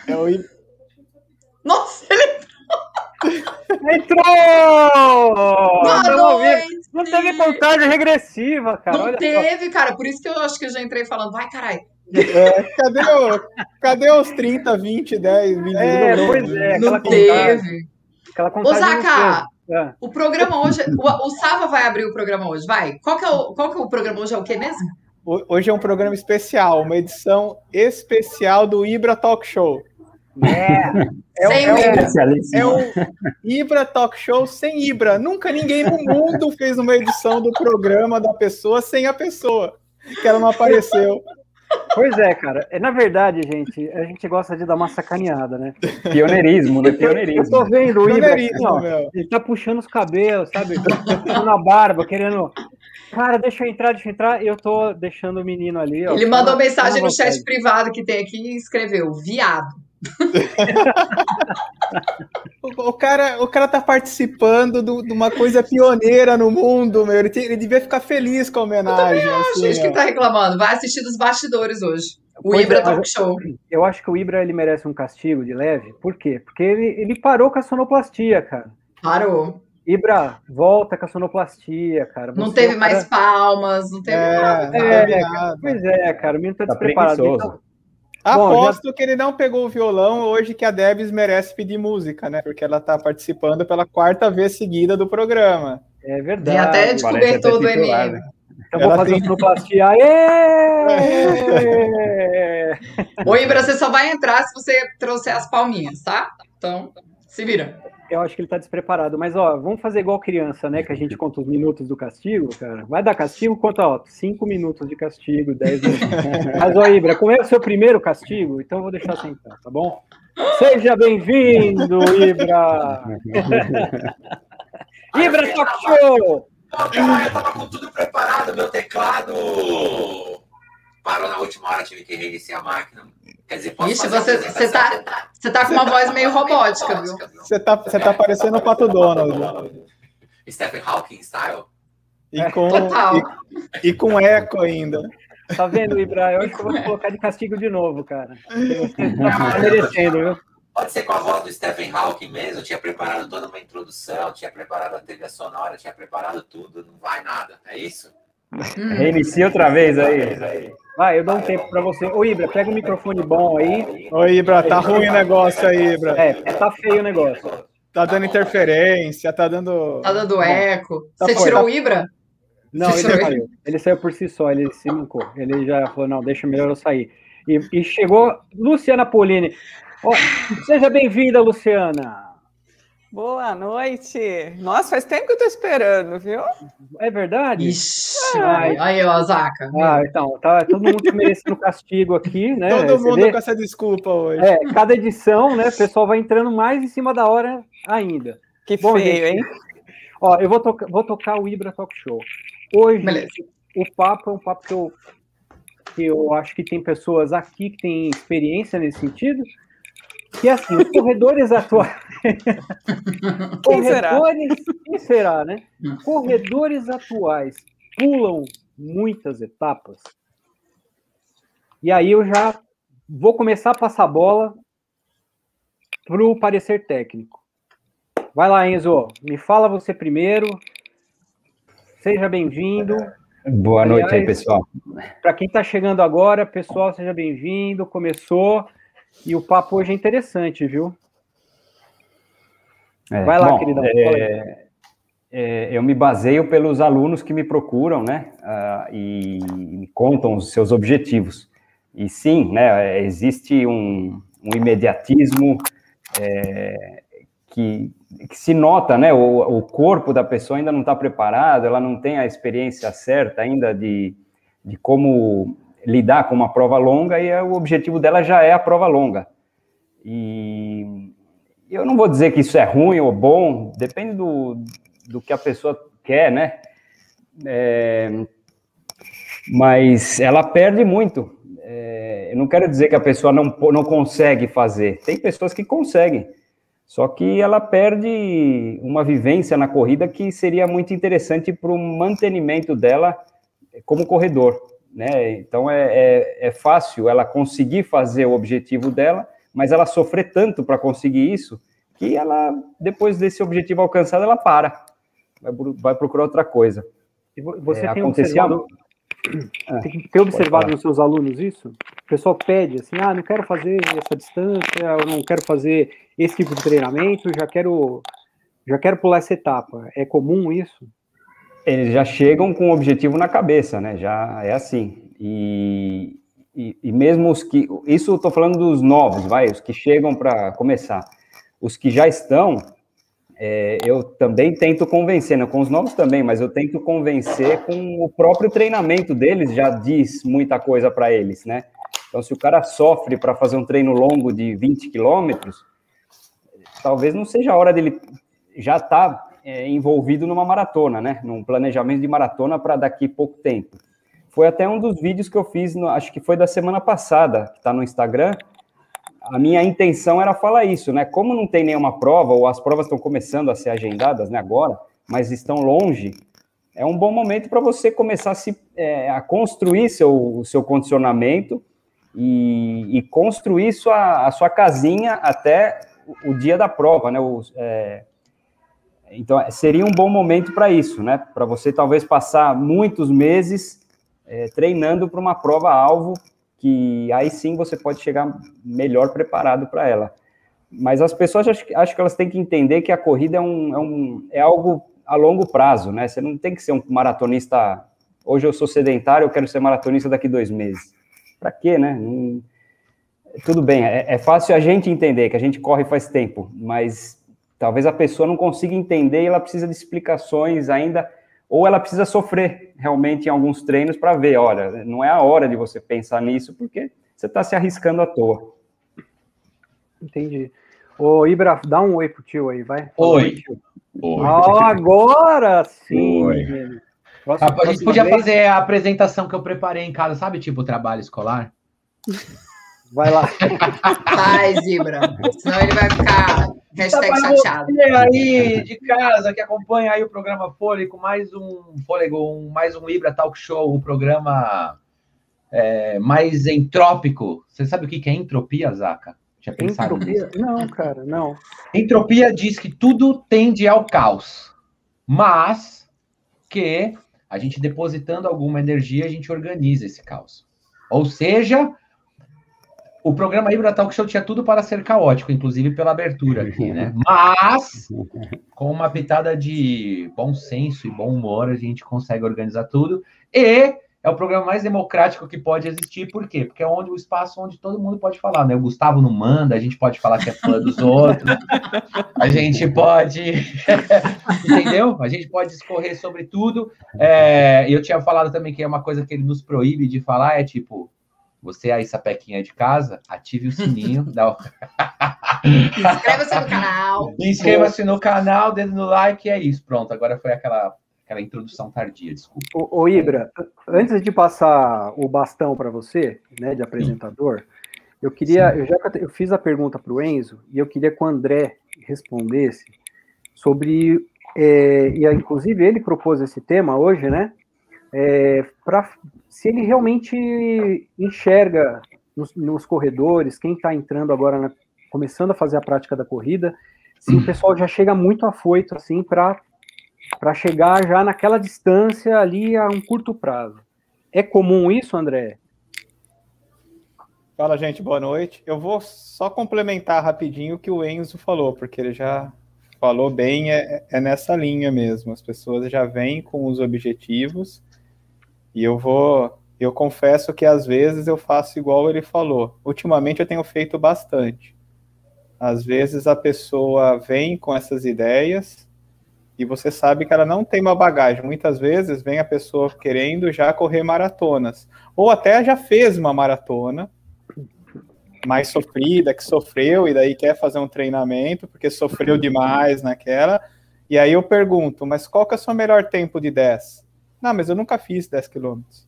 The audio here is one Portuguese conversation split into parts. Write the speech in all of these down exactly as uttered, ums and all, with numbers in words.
É o Ibra. Nossa, ele Entrou! Boa Não, noite! não teve contagem regressiva, cara. Não Olha teve, só. Cara. Por isso que eu acho que eu já entrei falando, vai, caralho. É, cadê, o, cadê os trinta, vinte, dez, vinte? É, não, pois é. Não teve. Aquela contagem. Ô, Zaca, é. o programa hoje... O, o Sava vai abrir o programa hoje, vai. Qual que, é o, qual que é o programa hoje? É o quê mesmo? Hoje é um programa especial, uma edição especial do Ibra Talk Show. É, é, sem é, o Ibra. É o Ibra Talk Show sem Ibra. Nunca ninguém no mundo fez uma edição do programa da pessoa sem a pessoa, que ela não apareceu. Pois é, cara. Na verdade, gente, a gente gosta de dar uma sacaneada, né? Pioneirismo, né? Pioneirismo. Eu tô vendo o Ibra aqui, ó, meu. ele tá puxando os cabelos, sabe? Na barba, querendo... Cara, deixa eu entrar, deixa eu entrar. E eu tô deixando o menino ali, ó. Ele mandou na, mensagem no chat privado que tem aqui e escreveu, viado. o, o, cara, o cara tá participando do, de uma coisa pioneira no mundo, meu. Ele, tem, ele devia ficar feliz com a homenagem. Eu também acho, assim, gente que tá reclamando. Vai assistir dos bastidores hoje. O pois Ibra é, Talk Show. Eu acho que o Ibra ele merece um castigo de leve. Por quê? Porque ele, ele parou com a sonoplastia, cara. Parou. Ibra, volta com a sonoplastia, cara. Você não teve é mais cara... palmas, não teve é, nada. É, cara, pois é, cara, o menino tá, tá despreparado. Então... Aposto Bom, já... que ele não pegou o violão hoje que a Debs merece pedir música, né? Porque ela tá participando pela quarta vez seguida do programa. É verdade. Tem até descobertor do M M. Então ela vou fazer tem... sonoplastia. Aê! Ô, Ibra, você só vai entrar se você trouxer as palminhas, tá? Então, se vira. Eu acho que ele tá despreparado, mas ó, vamos fazer igual criança, né? Que a gente conta os minutos do castigo, cara. Vai dar castigo? Conta, ó, cinco minutos de castigo, dez minutos. Mas, ó, Ibra, como é o seu primeiro castigo, então eu vou deixar sentar, tá bom? Seja bem-vindo, Ibra! Ibra Talk Show! Eu tava com tudo preparado, meu teclado parou na última hora, tive que reiniciar a máquina. Quer dizer, posso Ixi, você, você, tá, você tá com uma voz meio robótica, viu? Você tá, você tá parecendo o Pato Donald. Stephen Hawking style. E com, Total. E, e com eco ainda. Tá vendo, Ibra? Eu acho que eu vou te colocar de castigo de novo, cara. Você tá merecendo, viu? Pode ser com a voz do Stephen Hawking mesmo. Eu tinha preparado toda uma introdução, tinha preparado a trilha sonora, tinha preparado tudo. Não vai nada, é isso? Hum. Reinicia outra vez aí. Vai, eu dou um tempo pra você. Ô, Ibra, pega um microfone bom aí. Ô, Ibra, tá ruim o negócio aí, Ibra. É, tá feio o negócio. Tá dando interferência, tá dando... Tá dando eco. Tá você foi, tirou tá... o Ibra? Não, ele saiu. Ele saiu por si só, ele se mancou. Ele já falou, não, deixa melhor eu sair. E, e chegou Luciana Polini. Oh, seja bem-vinda, Luciana. Boa noite. Nossa, faz tempo que eu tô esperando, viu? É verdade? Ixi, ai, aí, ó, Zaca. Ah, então, tá todo mundo merecendo castigo aqui, né? Todo mundo vê? Com essa desculpa hoje. É, cada edição, né, o pessoal vai entrando mais em cima da hora ainda. Que Bom, feio, gente, hein? Ó, eu vou, toca vou tocar o Ibra Talk Show. Hoje, Beleza. o papo é um papo que eu, que eu acho que tem pessoas aqui que têm experiência nesse sentido, que é assim, os corredores atuais... Quem será? Quem será, né? Corredores atuais pulam muitas etapas. E aí eu já vou começar a passar a bola para o parecer técnico. Vai lá, Enzo. Me fala você primeiro. Seja bem-vindo. Boa Aliás, noite aí, pessoal. Para quem está chegando agora, pessoal, seja bem-vindo. Começou. E o papo hoje é interessante, viu? É, Vai lá, bom, queridão. É, é, eu me baseio pelos alunos que me procuram, né? Uh, e me contam os seus objetivos. E sim, né? Existe um, um imediatismo é, que, que se nota, né? O, o corpo da pessoa ainda não está preparado, ela não tem a experiência certa ainda de, de como lidar com uma prova longa, e o objetivo dela já é a prova longa. E eu não vou dizer que isso é ruim ou bom, depende do, do que a pessoa quer, né? É, mas ela perde muito. É, eu não quero dizer que a pessoa não, não consegue fazer. Tem pessoas que conseguem, só que ela perde uma vivência na corrida que seria muito interessante para o mantenimento dela como corredor. Né? Então, é, é, é fácil ela conseguir fazer o objetivo dela, mas ela sofrer tanto para conseguir isso, que ela, depois desse objetivo alcançado, ela para, vai, vai procurar outra coisa. E você é, tem observado, ah, tem que ter observado nos seus alunos isso? O pessoal pede assim, ah, não quero fazer essa distância, eu não quero fazer esse tipo de treinamento, já quero, já quero pular essa etapa. É comum isso? Eles já chegam com o objetivo na cabeça, né? Já é assim. E, e, e mesmo os que... Isso eu estou falando dos novos, vai, os que chegam para começar. Os que já estão, é, eu também tento convencer, né? Com os novos também, mas eu tento convencer com o próprio treinamento deles, já diz muita coisa para eles, né? Então, se o cara sofre para fazer um treino longo de vinte quilômetros, talvez não seja a hora dele já estar... Tá, É, envolvido numa maratona, né? Num planejamento de maratona para daqui pouco tempo. Foi até um dos vídeos que eu fiz, no, acho que foi da semana passada, que está no Instagram. A minha intenção era falar isso, né? Como não tem nenhuma prova, ou as provas estão começando a ser agendadas, né, agora, mas estão longe, é um bom momento para você começar a, se, é, a construir seu, o seu condicionamento e, e construir sua, a sua casinha até o, o dia da prova, né? O, é, Então, seria um bom momento para isso, né? Para você talvez passar muitos meses é, treinando para uma prova-alvo, que aí sim você pode chegar melhor preparado para ela. Mas as pessoas, acho, acho que elas têm que entender que a corrida é, um, é, um, é algo a longo prazo, né? Você não tem que ser um maratonista... Hoje eu sou sedentário, eu quero ser maratonista daqui dois meses. Para quê, né? Não, tudo bem, é, é fácil a gente entender que a gente corre faz tempo, mas... Talvez a pessoa não consiga entender e ela precisa de explicações ainda, ou ela precisa sofrer realmente em alguns treinos para ver, olha, não é a hora de você pensar nisso, porque você está se arriscando à toa. Entendi. Ô, Ibra, dá um oi pro tio aí, vai. Oi. Oi. Oh, agora sim. Oi. Próxima, a, a gente podia vez... fazer a apresentação que eu preparei em casa, sabe, tipo trabalho escolar? Vai lá. Faz, Ibra. Senão ele vai ficar hashtag tá chateado. Você aí de casa que acompanha aí o programa Fôlego, mais um Fôlego, um, mais um Ibra Talk Show, o programa é, mais entrópico. Você sabe o que é entropia, Zaca? Já pensaram entropia? nisso? Não, cara, não. Entropia diz que tudo tende ao caos, mas que a gente depositando alguma energia, a gente organiza esse caos. Ou seja... O programa Ibra Talk Show tinha tudo para ser caótico, inclusive pela abertura aqui, né? Mas, com uma pitada de bom senso e bom humor, a gente consegue organizar tudo. E é o programa mais democrático que pode existir. Por quê? Porque é onde o espaço onde todo mundo pode falar, né? O Gustavo não manda, a gente pode falar que é fã dos outros. A gente pode... Entendeu? A gente pode discorrer sobre tudo. É... Eu tinha falado também que é uma coisa que ele nos proíbe de falar, é tipo... Você aí, sapequinha de casa, ative o sininho. Dá... Inscreva-se no canal. Inscreva-se no canal, dedo no like, e é isso. Pronto, agora foi aquela, aquela introdução tardia, desculpa. Ô, ô Ibra, antes de passar o bastão para você, né, de apresentador, eu queria, Sim. eu já eu fiz a pergunta para o Enzo, e eu queria que o André respondesse sobre, é, e inclusive ele propôs esse tema hoje, né, é, para... se ele realmente enxerga nos, nos corredores, quem está entrando agora, na, começando a fazer a prática da corrida, se o pessoal já chega muito afoito, assim, para chegar já naquela distância ali a um curto prazo. É comum isso, André? Fala, gente, boa noite. Eu vou só complementar rapidinho o que o Enzo falou, porque ele já falou bem, é, é nessa linha mesmo. As pessoas já vêm com os objetivos. E eu vou, eu confesso que às vezes eu faço igual ele falou. Ultimamente eu tenho feito bastante. Às vezes a pessoa vem com essas ideias e você sabe que ela não tem uma bagagem. Muitas vezes vem a pessoa querendo já correr maratonas. Ou até já fez uma maratona mais sofrida, que sofreu e daí quer fazer um treinamento porque sofreu demais naquela. E aí eu pergunto, mas qual que é o seu melhor tempo de dez? Não, mas eu nunca fiz dez quilômetros.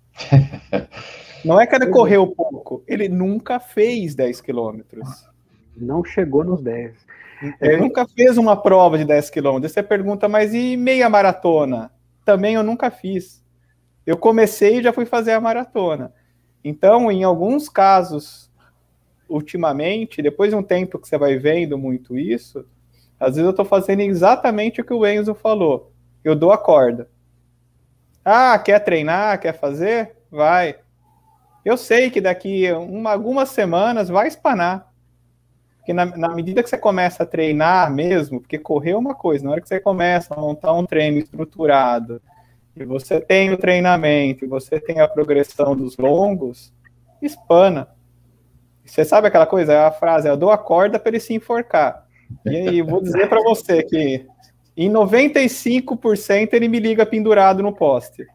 Não é que ele correu pouco, ele nunca fez dez quilômetros. Não chegou nos dez. Ele é... nunca fez uma prova de dez quilômetros. Você pergunta, mas e meia maratona? Também eu nunca fiz. Eu comecei e já fui fazer a maratona. Então, em alguns casos, ultimamente, depois de um tempo que você vai vendo muito isso, às vezes eu estou fazendo exatamente o que o Enzo falou. Eu dou a corda. Ah, quer treinar, quer fazer? Vai. Eu sei que daqui uma, algumas semanas vai espanar. Porque na, na medida que você começa a treinar mesmo, porque correr é uma coisa, na hora que você começa a montar um treino estruturado, e você tem o treinamento, e você tem a progressão dos longos, espana. Você sabe aquela coisa, a frase, eu dou a corda para ele se enforcar. E aí, eu vou dizer para você que em noventa e cinco por cento ele me liga pendurado no poste.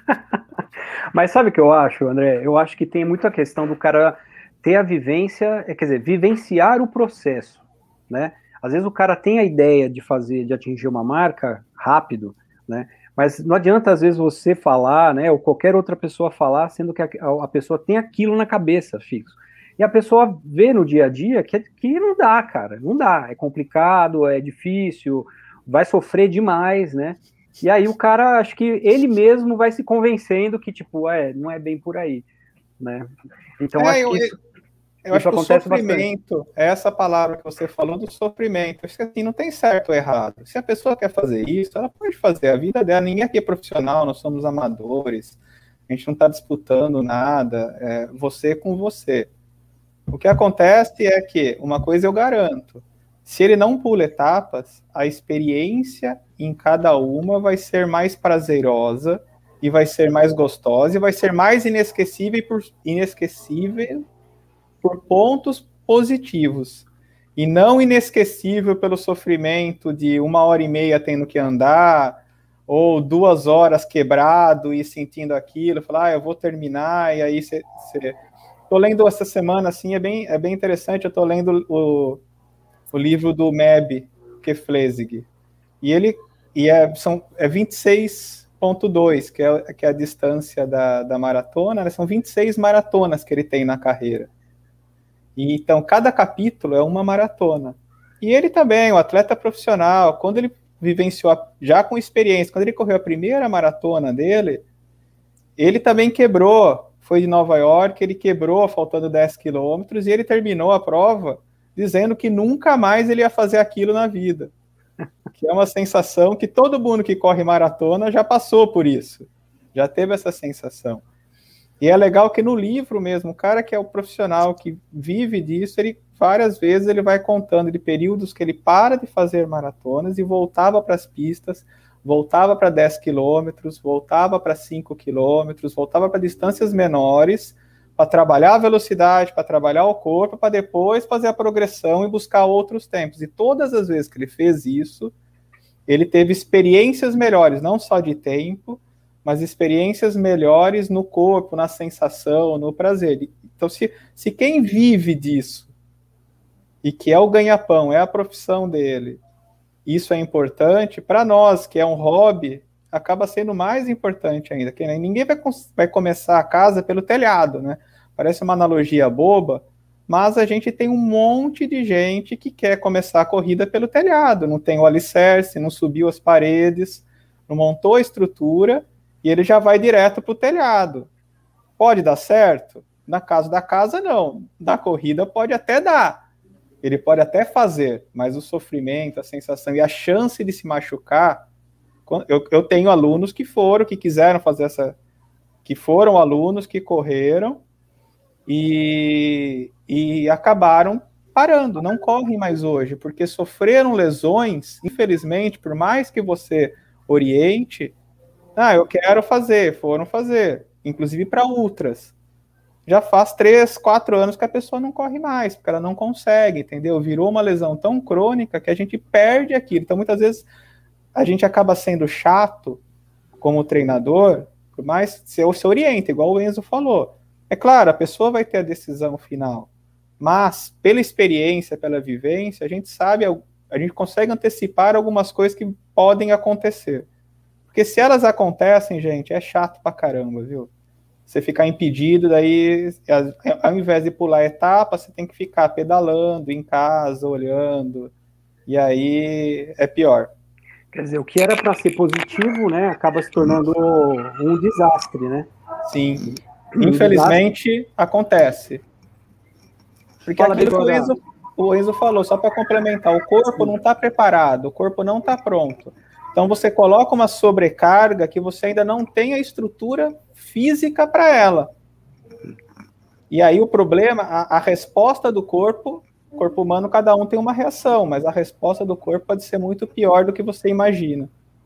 Mas sabe o que eu acho, André? Eu acho que tem muita questão do cara ter a vivência, quer dizer, vivenciar o processo, né? Às vezes o cara tem a ideia de fazer, de atingir uma marca rápido, né? Mas não adianta, às vezes, você falar, né, ou qualquer outra pessoa falar, sendo que a, a pessoa tem aquilo na cabeça, fixo. E a pessoa vê no dia a dia que, que não dá, cara, não dá. É complicado, é difícil, vai sofrer demais, né? E aí o cara, acho que ele mesmo vai se convencendo que, tipo, é, não é bem por aí, né? Então, é, acho eu, que isso, eu isso acho que o sofrimento, bastante. É essa palavra que você falou do sofrimento, acho que assim, não tem certo ou errado. Se a pessoa quer fazer isso, ela pode fazer, a vida dela, ninguém aqui é profissional, nós somos amadores, a gente não está disputando nada, é você com você. O que acontece é que, uma coisa eu garanto, se ele não pula etapas, a experiência em cada uma vai ser mais prazerosa, e vai ser mais gostosa, e vai ser mais inesquecível por, inesquecível por pontos positivos, e não inesquecível pelo sofrimento de uma hora e meia tendo que andar, ou duas horas quebrado e sentindo aquilo, falar, ah, eu vou terminar, e aí você... Estou lendo essa semana, assim, é bem, é bem interessante, eu estou lendo o, o livro do Meb Keflezig, e ele e é, são, é vinte e seis ponto dois, que é, que é a distância da, da maratona, né? São vinte e seis maratonas que ele tem na carreira. E, então, cada capítulo é uma maratona. E ele também, o atleta profissional, quando ele vivenciou, já com experiência, quando ele correu a primeira maratona dele, ele também quebrou, foi de Nova York, ele quebrou faltando dez quilômetros, e ele terminou a prova dizendo que nunca mais ele ia fazer aquilo na vida. Que é uma sensação que todo mundo que corre maratona já passou por isso, já teve essa sensação. E é legal que no livro mesmo, o cara que é o profissional que vive disso, ele várias vezes ele vai contando de períodos que ele para de fazer maratonas e voltava para as pistas, voltava para dez quilômetros, voltava para cinco quilômetros, voltava para distâncias menores, para trabalhar a velocidade, para trabalhar o corpo, para depois fazer a progressão e buscar outros tempos. E todas as vezes que ele fez isso, ele teve experiências melhores, não só de tempo, mas experiências melhores no corpo, na sensação, no prazer. Então, se, se quem vive disso, e que é o ganha-pão, é a profissão dele, isso é importante, para nós, que é um hobby, acaba sendo mais importante ainda. Que ninguém vai, vai começar a casa pelo telhado, né? Parece uma analogia boba, mas a gente tem um monte de gente que quer começar a corrida pelo telhado, não tem o alicerce, não subiu as paredes, não montou a estrutura, e ele já vai direto para o telhado. Pode dar certo? Na caso da casa, não. Na corrida pode até dar. Ele pode até fazer, mas o sofrimento, a sensação e a chance de se machucar... Eu, eu tenho alunos que foram, que quiseram fazer essa... que foram alunos que correram e, e acabaram parando, não correm mais hoje, porque sofreram lesões, infelizmente, por mais que você oriente, ah, eu quero fazer, foram fazer, inclusive para ultras. Já faz três, quatro anos que a pessoa não corre mais, porque ela não consegue, entendeu? Virou uma lesão tão crônica que a gente perde aquilo. Então, muitas vezes, a gente acaba sendo chato como treinador, por mais se se orienta, igual o Enzo falou. É claro, a pessoa vai ter a decisão final, mas pela experiência, pela vivência, a gente sabe, a gente consegue antecipar algumas coisas que podem acontecer. Porque se elas acontecem, gente, é chato pra caramba, viu? Você ficar impedido, daí, ao invés de pular a etapa, você tem que ficar pedalando em casa, olhando, e aí é pior. Quer dizer, o que era para ser positivo, né, acaba se tornando um desastre, né? Sim, um infelizmente desastre. Acontece. Porque Fala aquilo que o Enzo, o Enzo falou, só para complementar, o corpo não está preparado, o corpo não está pronto. Então você coloca uma sobrecarga que você ainda não tem a estrutura física para ela. E aí o problema, a, a resposta do corpo, o corpo humano, cada um tem uma reação, mas a resposta do corpo pode ser muito pior do que você imagina.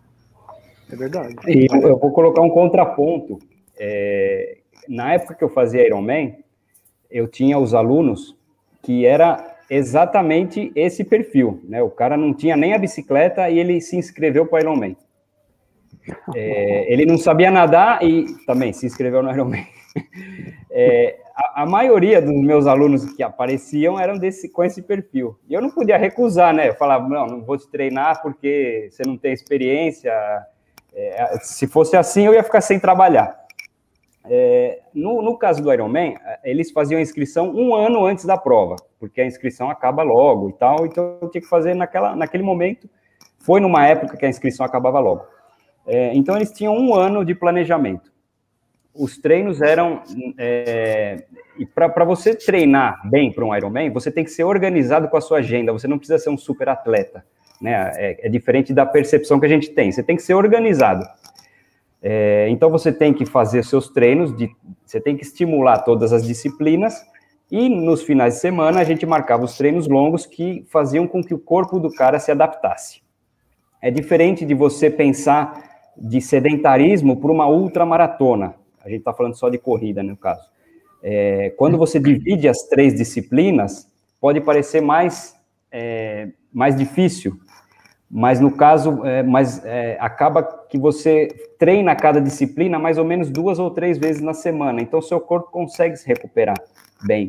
É verdade. E eu vou colocar um contraponto. É, na época que eu fazia Ironman, eu tinha os alunos que era exatamente esse perfil, né? O cara não tinha nem a bicicleta e ele se inscreveu para o Ironman. É, ele não sabia nadar e também se inscreveu no Ironman. É, a, a maioria dos meus alunos que apareciam eram desse, com esse perfil. E eu não podia recusar, né? Eu falava, não, não vou te treinar porque você não tem experiência. É, se fosse assim, eu ia ficar sem trabalhar. É, no, no caso do Ironman, eles faziam a inscrição um ano antes da prova, porque a inscrição acaba logo e tal, então eu tinha que fazer naquela, naquele momento. Foi numa época que a inscrição acabava logo. É, então, eles tinham um ano de planejamento. Os treinos eram... É, e para você treinar bem para um Ironman, você tem que ser organizado com a sua agenda, você não precisa ser um super atleta, né? É, é diferente da percepção que a gente tem, você tem que ser organizado. É, então, você tem que fazer seus treinos, de, você tem que estimular todas as disciplinas, e nos finais de semana a gente marcava os treinos longos que faziam com que o corpo do cara se adaptasse. É diferente de você pensar de sedentarismo por uma ultramaratona. A gente está falando só de corrida, no caso. É, quando você divide as três disciplinas, pode parecer mais, é, mais difícil, mas no caso, é, mas, é, acaba que você treina cada disciplina mais ou menos duas ou três vezes na semana, então seu corpo consegue se recuperar bem.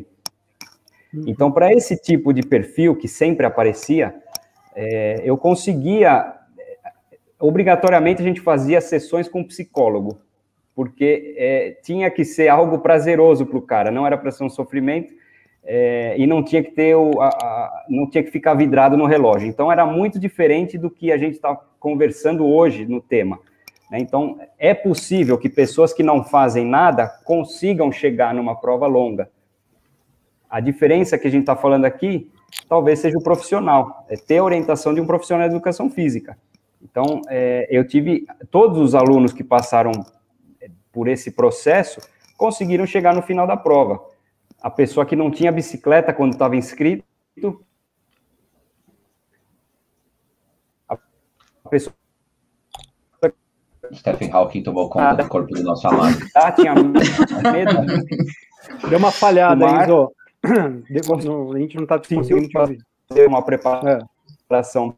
Então, para esse tipo de perfil que sempre aparecia, é, eu conseguia, obrigatoriamente a gente fazia sessões com psicólogo, porque é, tinha que ser algo prazeroso para o cara, não era para ser um sofrimento, É, e não tinha que ter o, a, a, não tinha que ficar vidrado no relógio. Então, era muito diferente do que a gente está conversando hoje no tema. Né? Então, é possível que pessoas que não fazem nada consigam chegar numa prova longa. A diferença que a gente está falando aqui, talvez seja o profissional, é ter a orientação de um profissional de educação física. Então, é, eu tive, todos os alunos que passaram por esse processo, conseguiram chegar no final da prova. A pessoa que não tinha bicicleta quando estava inscrito, a pessoa... Stephen Hawking tomou conta ah, do corpo do nosso amado. Ah, tinha medo. Deu uma falhada, Enzo. A gente não está conseguindo te ouvir. Fazer uma preparação.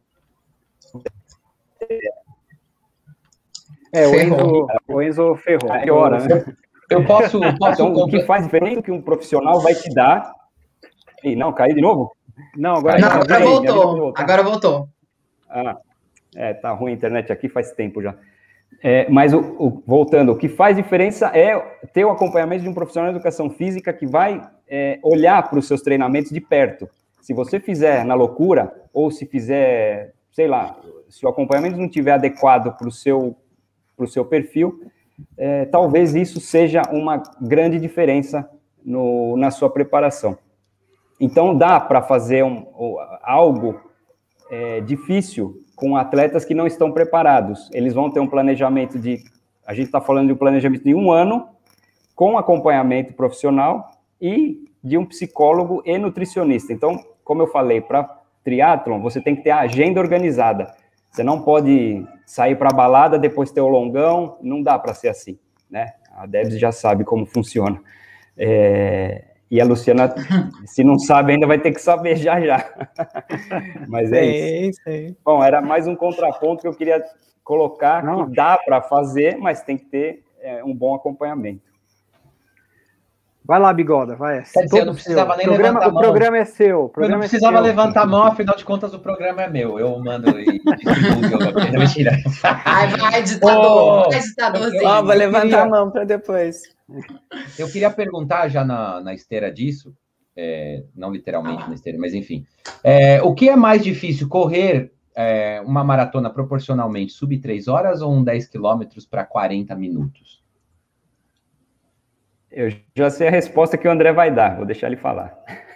É, o Enzo, o Enzo ferrou. Que hora, né? Eu posso... posso então, o que faz diferente que um profissional vai te dar... Ih, não, caiu de novo? Não, agora, não, agora aí, voltou. voltou tá? Agora voltou. Ah, é, tá ruim a internet aqui faz tempo já. É, mas, o, o, voltando, o que faz diferença é ter o acompanhamento de um profissional de educação física que vai é, olhar para os seus treinamentos de perto. Se você fizer na loucura, ou se fizer, sei lá, se o acompanhamento não estiver adequado para o seu, pro seu perfil... É, talvez isso seja uma grande diferença no, na sua preparação. Então, dá para fazer um, algo é, difícil com atletas que não estão preparados. Eles vão ter um planejamento de... A gente está falando de um planejamento de um ano, com acompanhamento profissional e de um psicólogo e nutricionista. Então, como eu falei, para triatlon, você tem que ter a agenda organizada. Você não pode sair para a balada, depois ter o longão, não dá para ser assim, né? A Debs já sabe como funciona. É, e a Luciana, se não sabe ainda, vai ter que saber já já. Mas é sim, isso. Sim. Bom, era mais um contraponto que eu queria colocar, não. que dá para fazer, mas tem que ter é, um bom acompanhamento. Vai lá, Bigoda, vai. Quer dizer, eu não precisava nem programa, levantar a mão. O programa é seu. Programa eu não precisava é levantar a mão, afinal de contas, o programa é meu. Eu mando e distribuo. Não, mentira. Ai, vai, ditador. Oh, vai, ditadorzinho. Ó, vou levantar queria... a mão para depois. Eu queria perguntar, já na, na esteira disso, é, não literalmente na esteira, mas enfim. É, o que é mais difícil, correr é, uma maratona proporcionalmente sub três horas ou um dez quilômetros para quarenta minutos? Eu já sei a resposta que o André vai dar, vou deixar ele falar.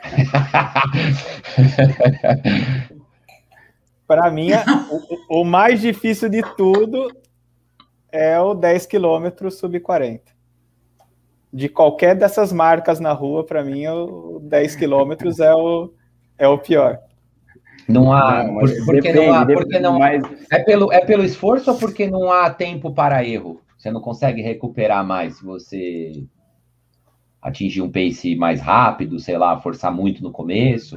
Para mim, o, o mais difícil de tudo é o dez quilômetros sub quarenta. De qualquer dessas marcas na rua, para mim, o dez quilômetros é o, é o pior. Não há. Não, por, porque depende, não há. depende, Porque não, mas... é, pelo, é pelo esforço ou porque não há tempo para erro? Você não consegue recuperar mais se você atingir um pace mais rápido, sei lá, forçar muito no começo?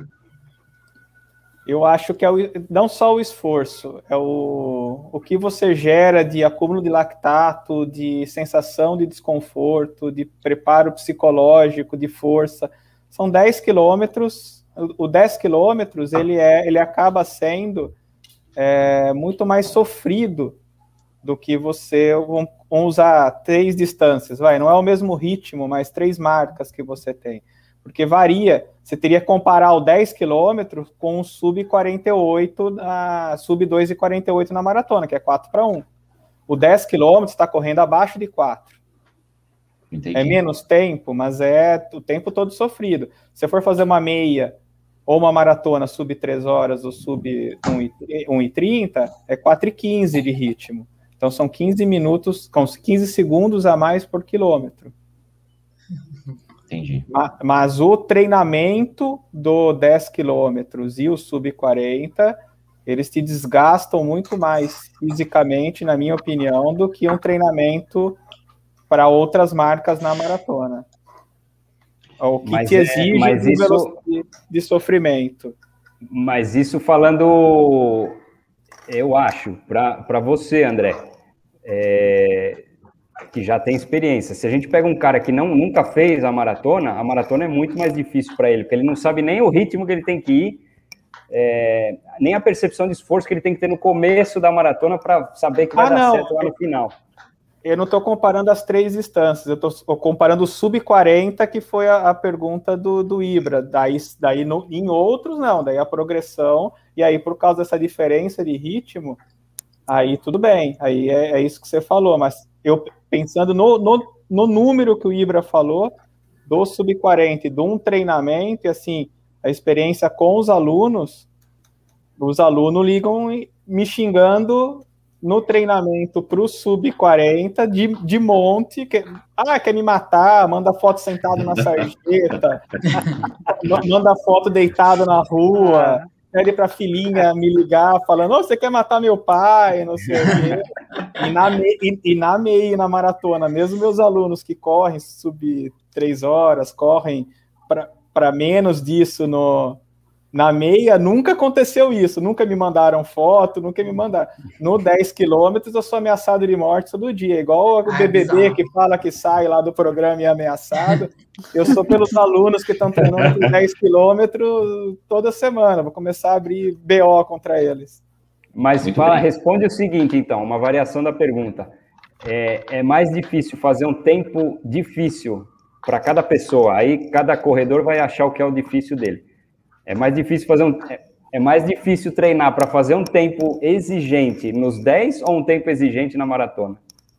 Eu acho que é o, não só o esforço, é o, o que você gera de acúmulo de lactato, de sensação de desconforto, de preparo psicológico, de força. São dez quilômetros, o dez quilômetros ele, é, ele acaba sendo é, muito mais sofrido do que você, vamos usar três distâncias, vai, não é o mesmo ritmo, mas três marcas que você tem. Porque varia, você teria que comparar o dez quilômetros com o sub quarenta e oito, a sub dois e quarenta e oito na maratona, que é quatro para um. O dez quilômetros está correndo abaixo de quatro. Entendi. É menos tempo, mas é o tempo todo sofrido. Se você for fazer uma meia ou uma maratona sub três horas ou sub um e trinta, é quatro e quinze de ritmo. Então são quinze minutos, com quinze segundos a mais por quilômetro. Entendi. Mas o treinamento do dez quilômetros e o sub quarenta, eles te desgastam muito mais fisicamente, na minha opinião, do que um treinamento para outras marcas na maratona. O que mas te exige é, mas de, isso, de sofrimento. Mas isso falando, eu acho, para você, André, é... que já tem experiência. Se a gente pega um cara que não, nunca fez a maratona, a maratona é muito mais difícil para ele, porque ele não sabe nem o ritmo que ele tem que ir, é, nem a percepção de esforço que ele tem que ter no começo da maratona para saber que vai ah, dar não. certo lá no final. Eu não estou comparando as três distâncias, eu estou comparando o sub quarenta, que foi a, a pergunta do, do Ibra. Daí, daí no, em outros, não. Daí a progressão, e aí por causa dessa diferença de ritmo, aí tudo bem, aí é, é isso que você falou, mas eu pensando no, no, no número que o Ibra falou, do sub quarenta e de um treinamento, e assim, a experiência com os alunos, os alunos ligam me xingando no treinamento para o sub quarenta de, de monte, que, ah, quer me matar, manda foto sentado na sarjeta, manda foto deitado na rua, pede para a filhinha me ligar falando, oh, você quer matar meu pai, não sei o quê. E na, me, e, e na meia, na maratona, mesmo meus alunos que correm sub três horas, correm para menos disso no, na meia, nunca aconteceu isso, nunca me mandaram foto, nunca me mandaram. No dez quilômetros eu sou ameaçado de morte todo dia, igual o B B B que fala que sai lá do programa e é ameaçado. Eu sou pelos alunos que estão treinando por dez quilômetros toda semana, vou começar a abrir B O contra eles. Mas fala, responde o seguinte, então, uma variação da pergunta. É, é mais difícil fazer um tempo difícil para cada pessoa, aí cada corredor vai achar o que é o difícil dele. É mais difícil fazer um, é, é mais difícil treinar para fazer um tempo exigente nos dez ou um tempo exigente na maratona?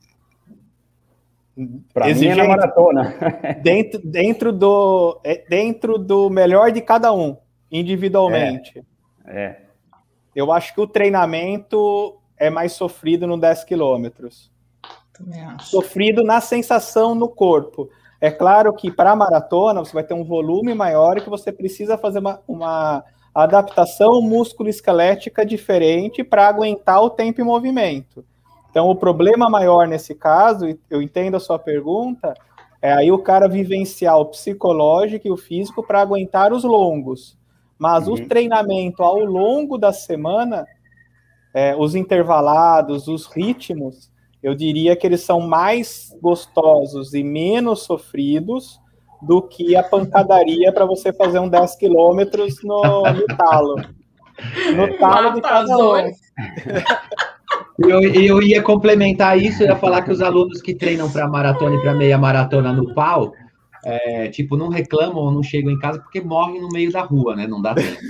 Para mim é na maratona. Dentro, dentro, do, dentro do melhor de cada um, individualmente. É. é. Eu acho que o treinamento é mais sofrido no dez quilômetros. Sofrido na sensação no corpo. É claro que para a maratona você vai ter um volume maior e que você precisa fazer uma, uma adaptação músculo-esquelética diferente para aguentar o tempo e movimento. Então, o problema maior nesse caso, eu entendo a sua pergunta, é aí o cara vivenciar o psicológico e o físico para aguentar os longos. Mas uhum. o treinamento ao longo da semana, é, os intervalados, os ritmos, eu diria que eles são mais gostosos e menos sofridos do que a pancadaria para você fazer um dez quilômetros no, no talo. No talo de cada um. Eu, eu ia complementar isso, eu ia falar que os alunos que treinam para maratona e para meia maratona no pau, é, tipo, não reclamam ou não chegam em casa porque morrem no meio da rua, né? Não dá tempo.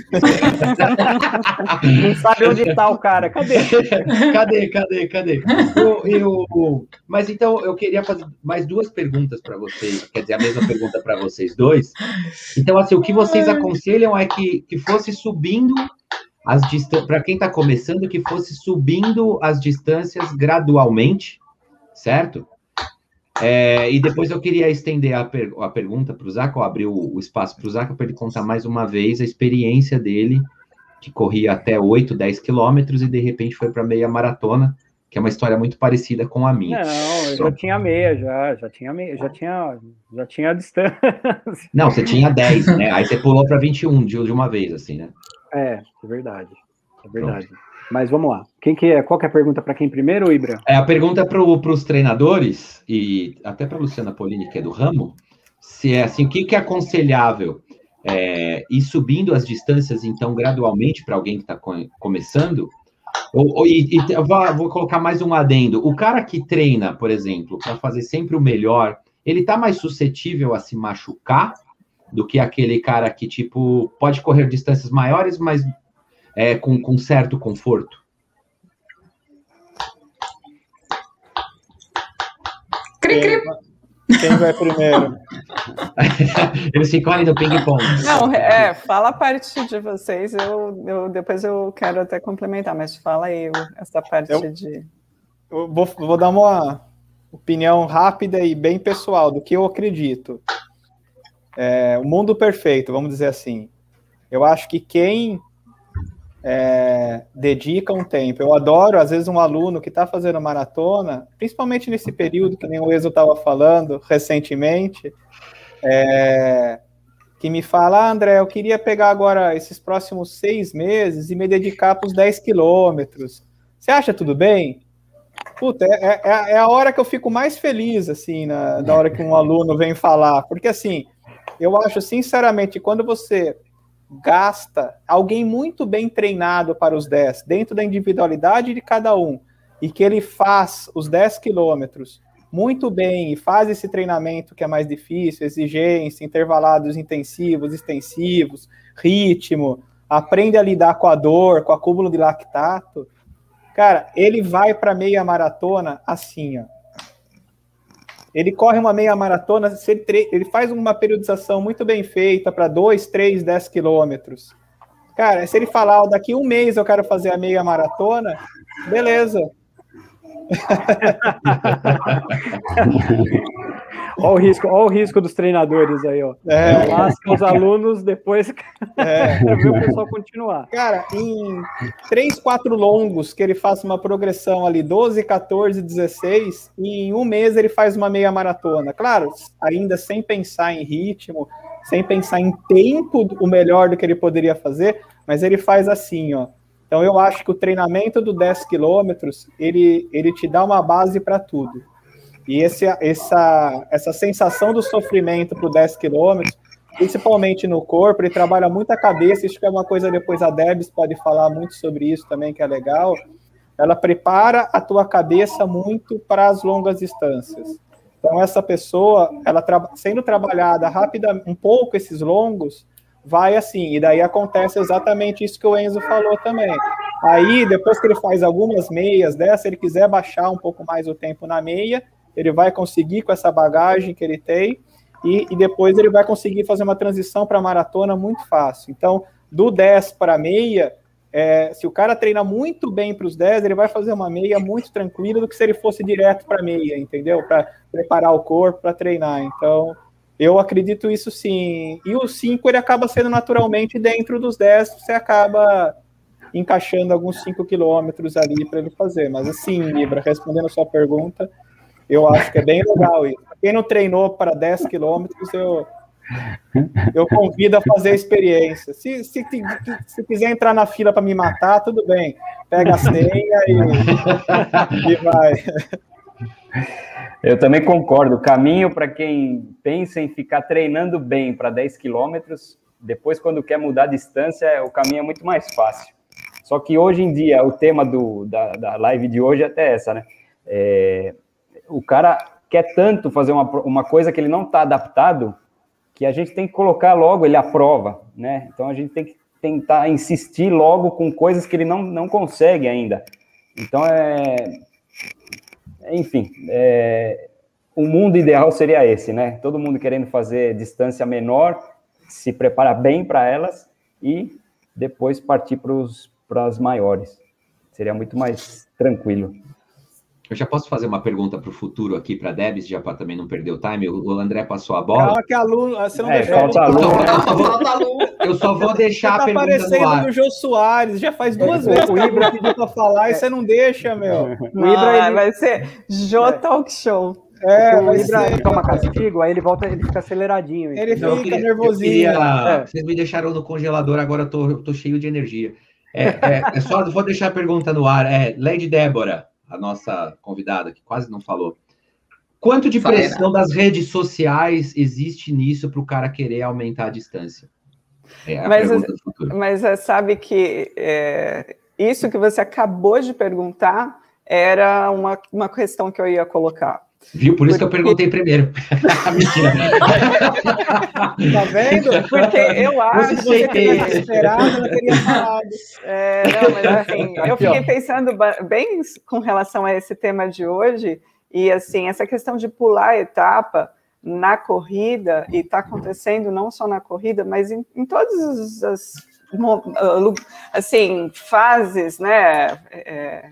Não sabe onde está o cara, cadê? Cadê, cadê, cadê? Eu, eu, mas então, eu queria fazer mais duas perguntas para vocês, quer dizer, a mesma pergunta para vocês dois. Então, assim, o que vocês aconselham é que, que fosse subindo as distâncias, para quem está começando, que fosse subindo as distâncias gradualmente, certo? É, e depois eu queria estender a, per, a pergunta para o Zaca, abrir o, o espaço para o Zaca, para ele contar mais uma vez a experiência dele, que corria até oito, dez quilômetros e de repente foi para meia maratona, que é uma história muito parecida com a minha. Não, eu já tinha meia, já, já tinha meia, já tinha, já tinha a distância. Não, você tinha dez, né? Aí você pulou para vinte e um de, de uma vez, assim, né? É, é verdade, é verdade. Pronto. Mas vamos lá. Quem que é? Qual que é a pergunta para quem primeiro, Ibra? É a pergunta para os treinadores, e até para a Luciana Polini, que é do ramo, se é assim, o que, que é aconselhável? É, ir subindo as distâncias, então, gradualmente, para alguém que está começando? Ou, ou, e, e vou, vou colocar mais um adendo. O cara que treina, por exemplo, para fazer sempre o melhor, ele está mais suscetível a se machucar do que aquele cara que, tipo, pode correr distâncias maiores, mas é, com, com certo conforto? Cri, cri. Quem vai primeiro? Eles ficam ali no ping-pong. Não, é, fala a parte de vocês, eu, eu, depois eu quero até complementar, mas fala aí essa parte eu, de... Eu vou, vou dar uma opinião rápida e bem pessoal do que eu acredito. É, o mundo perfeito, vamos dizer assim. Eu acho que quem é, dedica um tempo, eu adoro, às vezes, um aluno que está fazendo maratona, principalmente nesse período que nem o Enzo estava falando recentemente, é, que me fala, ah, André, eu queria pegar agora esses próximos seis meses e me dedicar para os dez quilômetros. Você acha tudo bem? Puta, é, é, é a hora que eu fico mais feliz, assim, na, na hora que um aluno vem falar, porque, assim, eu acho, sinceramente, quando você gasta alguém muito bem treinado para os dez, dentro da individualidade de cada um, e que ele faz os dez quilômetros muito bem, e faz esse treinamento que é mais difícil, exigência, intervalados intensivos, extensivos, ritmo, aprende a lidar com a dor, com o acúmulo de lactato, cara, ele vai para meia maratona assim, ó. Ele corre uma meia maratona, se ele, tre... ele faz uma periodização muito bem feita para dois, três, dez quilômetros. Cara, se ele falar, oh, daqui um mês eu quero fazer a meia maratona, beleza. Olha o risco, olha o risco dos treinadores aí, ó. É. Lasca os alunos, depois é. ver o pessoal continuar. Cara, em três, quatro longos que ele faça uma progressão ali, doze, quatorze, dezesseis, e em um mês ele faz uma meia maratona. Claro, ainda sem pensar em ritmo, sem pensar em tempo, o melhor do que ele poderia fazer, mas ele faz assim, ó. Então eu acho que o treinamento do dez quilômetros, ele, ele te dá uma base para tudo. E esse, essa, essa sensação do sofrimento para o dez quilômetros, principalmente no corpo, ele trabalha muito a cabeça, isso que é uma coisa, depois a Debs pode falar muito sobre isso também, que é legal. Ela prepara a tua cabeça muito para as longas distâncias. Então essa pessoa, ela tra- sendo trabalhada rápida, um pouco esses longos, vai assim, e daí acontece exatamente isso que o Enzo falou também. Aí, depois que ele faz algumas meias dessa, se ele quiser baixar um pouco mais o tempo na meia, ele vai conseguir com essa bagagem que ele tem, e, e depois ele vai conseguir fazer uma transição para maratona muito fácil. Então, do dez para a meia, é, se o cara treina muito bem para os dez, ele vai fazer uma meia muito tranquila do que se ele fosse direto para a meia, entendeu? Para preparar o corpo para treinar. Então, eu acredito isso sim. E o cinco, ele acaba sendo naturalmente dentro dos dez, você acaba encaixando alguns cinco quilômetros ali para ele fazer. Mas assim, Libra, respondendo a sua pergunta, eu acho que é bem legal isso. Quem não treinou para dez quilômetros, eu, eu convido a fazer a experiência. Se, se, se quiser entrar na fila para me matar, tudo bem. Pega a senha e, e vai. Eu também concordo. O caminho para quem pensa em ficar treinando bem para dez quilômetros, depois, quando quer mudar a distância, o caminho é muito mais fácil. Só que hoje em dia, o tema do, da, da live de hoje é até essa, né? É, o cara quer tanto fazer uma, uma coisa que ele não está adaptado, que a gente tem que colocar logo ele à prova, né? Então a gente tem que tentar insistir logo com coisas que ele não, não consegue ainda. Então, é... enfim, é, o mundo ideal seria esse, né? Todo mundo querendo fazer distância menor, se preparar bem para elas e depois partir para as maiores. Seria muito mais tranquilo. Eu já posso fazer uma pergunta para o futuro aqui para a Debs, já para também não perder o time? O André passou a bola. Calma que a Lu, você não É, deixou falta a Lu. Então, eu, só vou, eu só vou deixar Você a tá pergunta no parecendo ar. do Jô Soares, já faz duas É, vezes o que Ibra- eu pedi pra falar e você não deixa, meu. O Ibra, Não, ele- vai ser Jô Talk Show. É, Porque o vai Ibra ser. toma castigo, aí ele volta, ele fica aceleradinho. Ele entendeu? fica Eu queria- nervosinho. eu queria- É. Vocês me deixaram no congelador, agora eu tô, eu tô cheio de energia. É, é, é só, vou deixar a pergunta no ar. É, Lady Débora, a nossa convidada, que quase não falou. Quanto de Falei, pressão das redes sociais existe nisso para o cara querer aumentar a distância? É a Mas, pergunta do futuro. mas é, sabe que é, isso que você acabou de perguntar era uma, uma questão que eu ia colocar. Viu? Por isso que eu porque- perguntei primeiro. Mentira. Tá vendo? Porque eu acho Se você Aceitei. tivesse esperado, ela teria falado. É, não, mas assim, eu fiquei pensando ba- bem com relação a esse tema de hoje, e assim, essa questão de pular a etapa na corrida, e está acontecendo não só na corrida, mas em, em todas as mo- lu- assim, fases, né? É,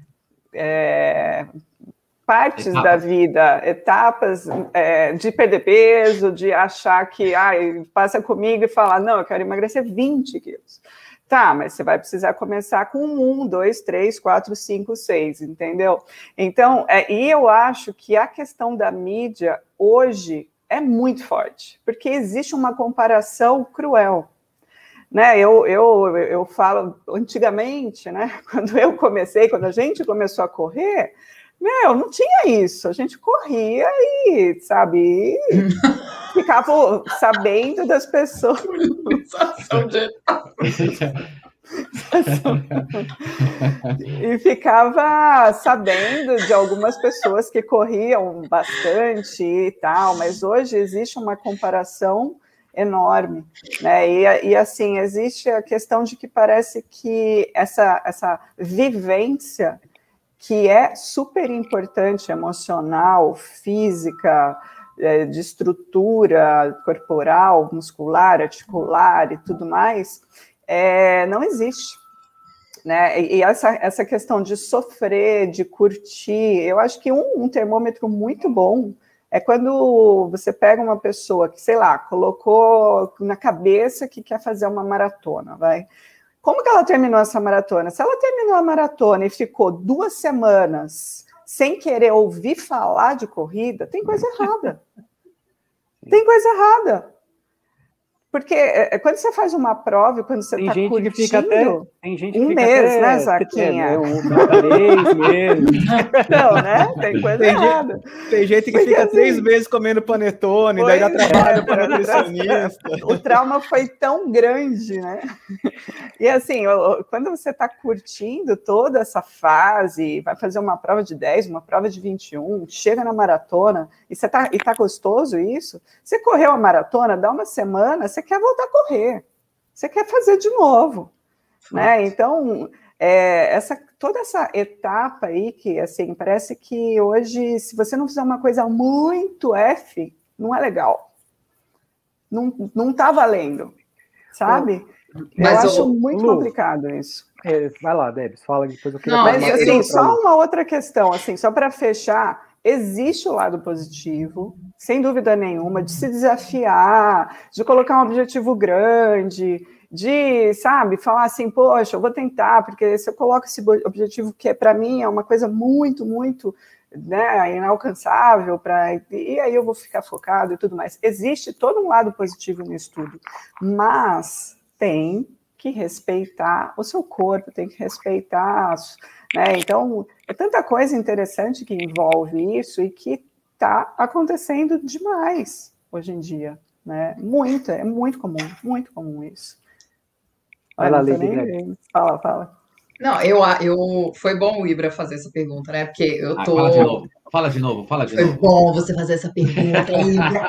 é, partes Etapas. da vida, etapas é, de perder peso, de achar que ai, passa comigo e falar, não, eu quero emagrecer vinte quilos. Tá, mas você vai precisar começar com um, dois, três, quatro, cinco, seis, entendeu? Então, é, e eu acho que a questão da mídia hoje é muito forte, porque existe uma comparação cruel. Né, eu, eu, eu falo, antigamente, né, quando eu comecei, quando a gente começou a correr, meu, não tinha isso, a gente corria e, sabe, e ficava sabendo das pessoas. E ficava sabendo de algumas pessoas que corriam bastante e tal, mas hoje existe uma comparação enorme, né? E, e assim, existe a questão de que parece que essa, essa vivência que é super importante, emocional, física, de estrutura corporal, muscular, articular e tudo mais, é, não existe. Né? E essa, essa questão de sofrer, de curtir, eu acho que um, um termômetro muito bom é quando você pega uma pessoa que, sei lá, colocou na cabeça que quer fazer uma maratona, vai. Como que ela terminou essa maratona? Se ela terminou a maratona e ficou duas semanas sem querer ouvir falar de corrida, tem coisa errada. Tem coisa errada. Porque é, quando você faz uma prova, quando você está curtindo... Que fica até, tem gente que um fica mês, até, né, Zaquinha? É, um, três meses. Não, né? Tem coisa tem errada. Gente, tem gente que Porque, fica assim, três meses comendo panetone, daí dá trabalho é, para nutricionista. O trauma foi tão grande, né? E assim, quando você está curtindo toda essa fase, vai fazer uma prova de dez, uma prova de vinte e um, chega na maratona, e você tá, e tá gostoso isso, você correu a maratona, dá uma semana, você quer voltar a correr, você quer fazer de novo, né? Então, é, essa, toda essa etapa aí, que assim, parece que hoje, se você não fizer uma coisa muito F, não é legal. Não, não tá valendo, sabe? Mas eu acho o, muito Lu, complicado isso. É, vai lá, Debs, fala depois eu queria Não, Mas, assim, eu... só uma outra questão, assim, só para fechar, existe o lado positivo, sem dúvida nenhuma, de se desafiar, de colocar um objetivo grande, de, sabe, falar assim, poxa, eu vou tentar, porque se eu coloco esse objetivo que, para mim, é uma coisa muito, muito, né, inalcançável, pra, e aí eu vou ficar focado e tudo mais. Existe todo um lado positivo nisso tudo, mas tem que respeitar o seu corpo, tem que respeitar, né? Então, é tanta coisa interessante que envolve isso e que está acontecendo demais hoje em dia, né? Muito, é muito comum, muito comum isso. Vai Olha, lá, não tô Lady nem Debs. vendo. Fala, fala. Não, eu, eu foi bom o Ibra fazer essa pergunta, né? Porque eu tô. Ah, fala de novo, fala de novo, fala de foi novo. Foi bom você fazer essa pergunta, Ibra.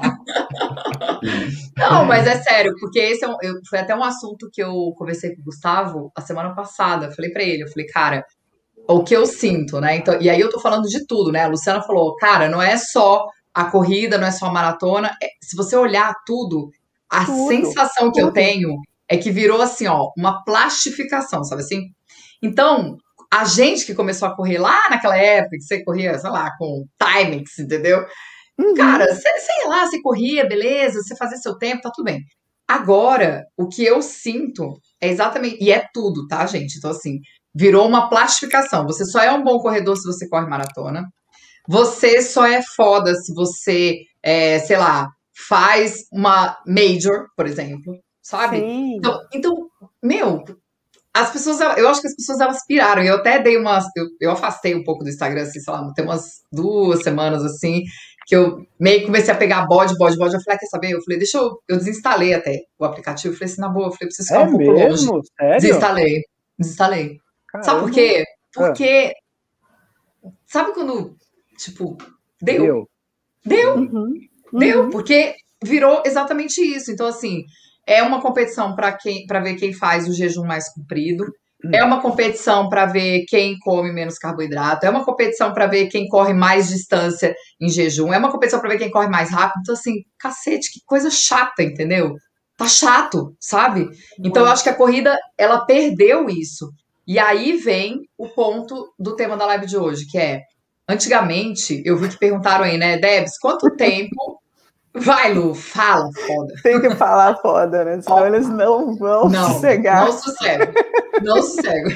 Não, mas é sério, porque esse é um, eu, foi até um assunto que eu conversei com o Gustavo a semana passada. Eu falei pra ele, eu falei, cara, o que eu sinto, né? Então, e aí eu tô falando de tudo, né? A Luciana falou, cara, não é só a corrida, não é só a maratona. É, se você olhar tudo, a Tudo, sensação que tudo. eu tenho é que virou assim, ó, uma plastificação, sabe assim? Então, a gente que começou a correr lá naquela época, que você corria, sei lá, com Timex, entendeu? Uhum. Cara, você, sei lá, você corria, beleza, você fazia seu tempo, tá tudo bem. Agora, o que eu sinto é exatamente, e é tudo, tá, gente? Então, assim, virou uma plastificação. Você só é um bom corredor se você corre maratona. Você só é foda se você, é, sei lá, faz uma major, por exemplo, sabe? Sim. Então, então, meu, as pessoas, eu acho que as pessoas elas piraram. Eu até dei umas, eu, eu afastei um pouco do Instagram, assim, sei lá, tem umas duas semanas assim, que eu meio que comecei a pegar bode, bode, bode. Eu falei, ah, quer saber? Eu falei, deixa eu, eu desinstalei até o aplicativo. Eu falei assim, na boa, eu falei, preciso ficar É um pouco mesmo? longe. Sério? Desinstalei, desinstalei. Caramba. Sabe por quê? Porque, sabe quando, tipo, deu? Deu. Deu, Uhum. deu, Uhum. porque virou exatamente isso. Então, assim, é uma competição para quem, para ver quem faz o jejum mais comprido. É uma competição para ver quem come menos carboidrato. É uma competição para ver quem corre mais distância em jejum. É uma competição para ver quem corre mais rápido. Então, assim, cacete, que coisa chata, entendeu? Tá chato, sabe? Então, eu acho que a corrida, ela perdeu isso. E aí vem o ponto do tema da live de hoje, que é, antigamente, eu vi que perguntaram aí, né, Debs, quanto tempo... Vai, Lu, fala, foda. Tem que falar foda, né? Senão Foda. eles não vão Não, sossegar. não sossego. Não sossego.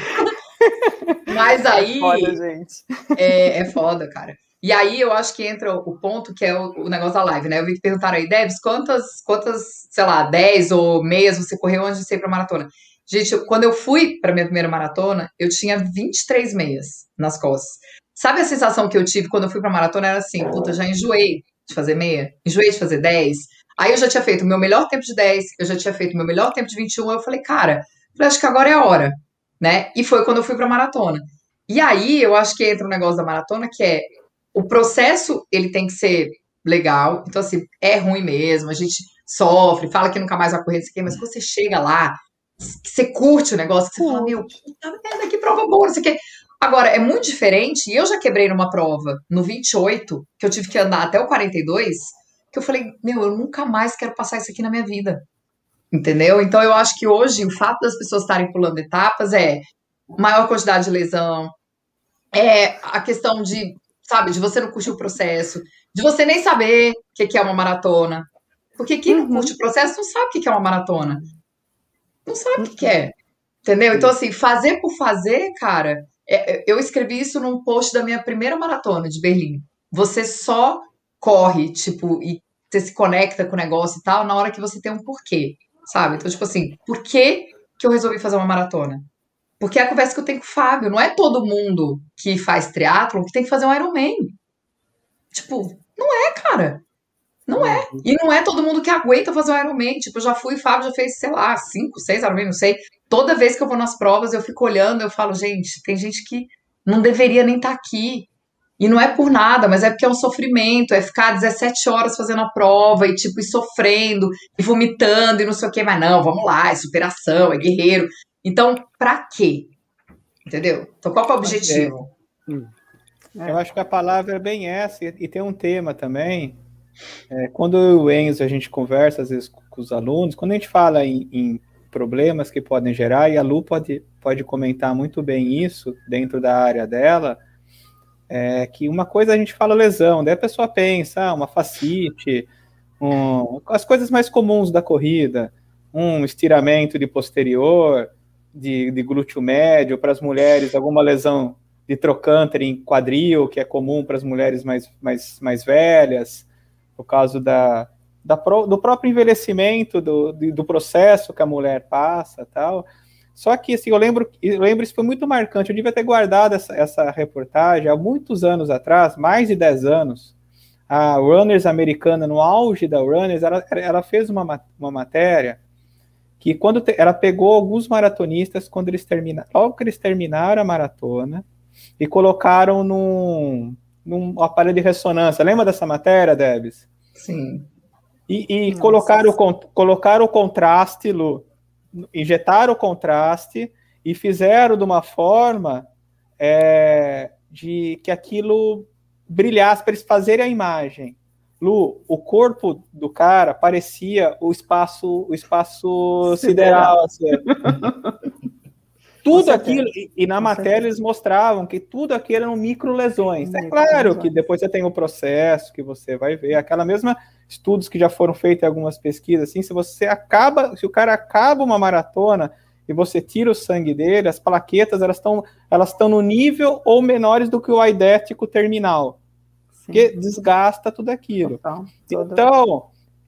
Mas aí... É foda, gente. É, é foda, cara. E aí eu acho que entra o ponto que é o, o negócio da live, né? Eu vi que perguntaram aí, Debs, quantas, quantas, sei lá, dez ou meias você correu antes de você ir pra maratona? Gente, eu, quando eu fui pra minha primeira maratona, eu tinha vinte e três meias nas costas. Sabe a sensação que eu tive quando eu fui pra maratona? Era assim, puta, já enjoei de fazer meia, enjoei de fazer dez. Aí eu já tinha feito o meu melhor tempo de dez, eu já tinha feito o meu melhor tempo de vinte e um, eu falei, cara, eu acho que agora é a hora, né? E foi quando eu fui pra maratona. E aí eu acho que entra um negócio da maratona que é, o processo, ele tem que ser legal, então assim, é ruim mesmo, a gente sofre, fala que nunca mais vai correr, mas quando você chega lá, você curte o negócio, que você fala, meu, puta merda, que prova boa, não sei o quê. Agora, é muito diferente, e eu já quebrei numa prova, no vinte e oito, que eu tive que andar até o quarenta e dois, que eu falei, meu, eu nunca mais quero passar isso aqui na minha vida. Entendeu? Então, eu acho que hoje, o fato das pessoas estarem pulando etapas é maior quantidade de lesão, é a questão de, sabe, de você não curtir o processo, de você nem saber o que é uma maratona. Porque quem não curte o processo não sabe o que é uma maratona. Não sabe o que é. Entendeu? Então, assim, fazer por fazer, cara... Eu escrevi isso num post da minha primeira maratona de Berlim. Você só corre, tipo, e você se conecta com o negócio e tal, na hora que você tem um porquê, sabe? Então, tipo assim, por que que eu resolvi fazer uma maratona? Porque é a conversa que eu tenho com o Fábio. Não é todo mundo que faz triatlon que tem que fazer um Ironman. Tipo, não é, cara. Não é. E não é todo mundo que aguenta fazer um Ironman. Tipo, eu já fui, o Fábio já fez, sei lá, cinco, seis Ironman, não sei. Toda vez que eu vou nas provas, eu fico olhando, eu falo, gente, tem gente que não deveria nem estar aqui. E não é por nada, mas é porque é um sofrimento, é ficar dezessete horas fazendo a prova e, tipo, ir sofrendo, e vomitando, e não sei o quê. Mas não, vamos lá, é superação, é guerreiro. Então, pra quê? Entendeu? Então, qual que é o objetivo? Eu acho que a palavra é bem essa, e tem um tema também. É, quando eu e o Enzo, a gente conversa, às vezes, com os alunos, quando a gente fala em, em problemas que podem gerar, e a Lu pode, pode comentar muito bem isso dentro da área dela, é que uma coisa a gente fala lesão, daí a pessoa pensa, ah, uma fascite, um, as coisas mais comuns da corrida, um estiramento de posterior, de, de glúteo médio, para as mulheres, alguma lesão de trocânter em quadril, que é comum para as mulheres mais, mais, mais velhas, por causa da, da pro, do próprio envelhecimento, do, do processo que a mulher passa, tal. Só que, assim, eu lembro, eu lembro, isso foi muito marcante, eu devia ter guardado essa, essa reportagem há muitos anos atrás, mais de dez anos, a Runners americana, no auge da Runners, ela, ela fez uma, uma matéria que quando te, ela pegou alguns maratonistas, quando eles terminaram, logo que eles terminaram a maratona, e colocaram num, num aparelho de ressonância. Lembra dessa matéria, Debs? Sim. E, e colocaram, o, colocaram o contraste, Lu, injetaram o contraste e fizeram de uma forma é, de que aquilo brilhasse para eles fazerem a imagem. Lu, o corpo do cara parecia o espaço, o espaço sideral. Assim. Tudo aquilo, e, e na matéria eles mostravam que tudo aquilo eram micro lesões. É claro que depois você tem o processo que você vai ver, aquela mesma estudos que já foram feitos em algumas pesquisas, assim, se você acaba, se o cara acaba uma maratona e você tira o sangue dele, as plaquetas, elas estão elas estão no nível ou menores do que o aidético terminal. Porque desgasta tudo aquilo. Total, então,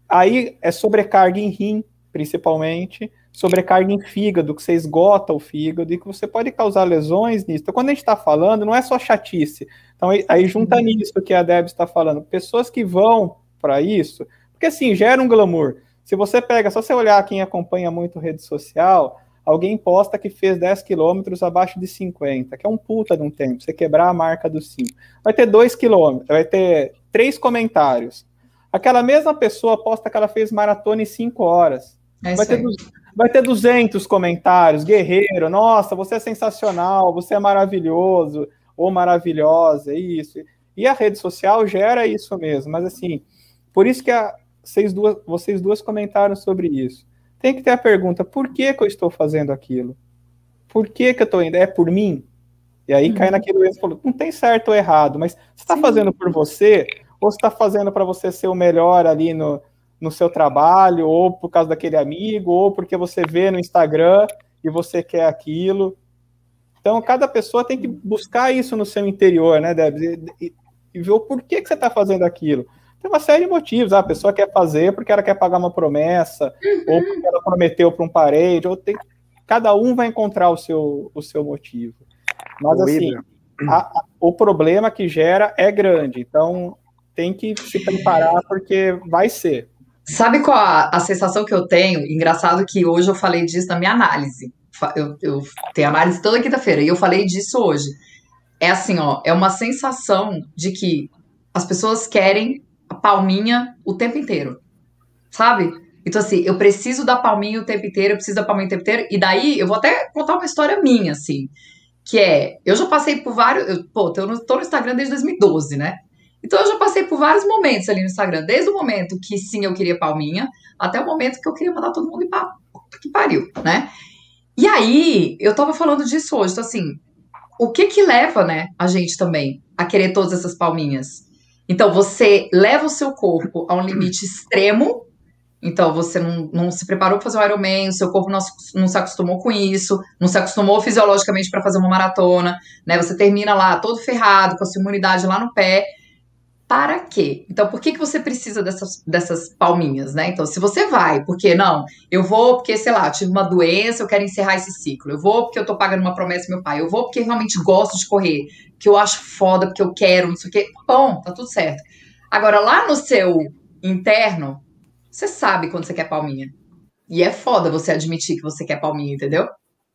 aí é sobrecarga em rim, principalmente, sobrecarga em fígado, que você esgota o fígado e que você pode causar lesões nisso. Então, quando a gente está falando, não é só chatice. Então, aí, aí junta nisso que a Debs está falando. Pessoas que vão para isso, porque assim, gera um glamour. Se você pega, só você olhar quem acompanha muito rede social, alguém posta que fez dez quilômetros abaixo de cinquenta, que é um puta de um tempo, você quebrar a marca dos cinco. Vai ter dois quilômetros, vai ter três comentários. Aquela mesma pessoa posta que ela fez maratona em cinco horas. É vai, ter du- vai ter duzentos comentários, guerreiro, nossa, você é sensacional, você é maravilhoso, ou maravilhosa, é isso. E a rede social gera isso mesmo, mas assim, por isso que a, vocês, duas, vocês duas comentaram sobre isso. Tem que ter a pergunta, por que que eu estou fazendo aquilo? Por que que eu estou indo? É por mim? E aí uhum. cai naquilo que você falou, não tem certo ou errado, mas você está fazendo por você, ou você está fazendo para você ser o melhor ali no, no seu trabalho, ou por causa daquele amigo, ou porque você vê no Instagram e você quer aquilo. Então, cada pessoa tem que buscar isso no seu interior, né, Debs? E, e, e ver o porquê que você está fazendo aquilo. Tem uma série de motivos. Ah, a pessoa quer fazer porque ela quer pagar uma promessa, uhum. ou porque ela prometeu para um parente, ou tem... cada um vai encontrar o seu, o seu motivo. Mas, o assim, a, a, o problema que gera é grande. Então, tem que se preparar porque vai ser. Sabe qual a, a sensação que eu tenho? Engraçado que hoje eu falei disso na minha análise. Eu, eu tenho análise toda quinta-feira e eu falei disso hoje. É assim, ó, é uma sensação de que as pessoas querem a palminha o tempo inteiro, sabe? Então, assim, eu preciso da palminha o tempo inteiro, eu preciso da palminha o tempo inteiro, e daí eu vou até contar uma história minha, assim, que é, eu já passei por vários, eu, pô, tô no, tô no Instagram desde dois mil e doze, né? Então eu já passei por vários momentos ali no Instagram, desde o momento que sim, eu queria palminha, até o momento que eu queria mandar todo mundo ir pra puta que pariu, né? E aí, eu tava falando disso hoje, então assim, o que que leva, né, a gente também a querer todas essas palminhas? Então, você leva o seu corpo a um limite extremo, então você não, não se preparou para fazer um Ironman, o seu corpo não, não se acostumou com isso, não se acostumou fisiologicamente para fazer uma maratona, né? Você termina lá todo ferrado, com a sua imunidade lá no pé. Para quê? Então, por que que você precisa dessas, dessas palminhas, né? Então, se você vai, porque não, eu vou porque, sei lá, tive uma doença, eu quero encerrar esse ciclo, eu vou porque eu tô pagando uma promessa pro meu pai, eu vou porque realmente gosto de correr, que eu acho foda, porque eu quero, não sei o quê, bom, tá tudo certo. Agora, lá no seu interno, você sabe quando você quer palminha. E é foda você admitir que você quer palminha, entendeu?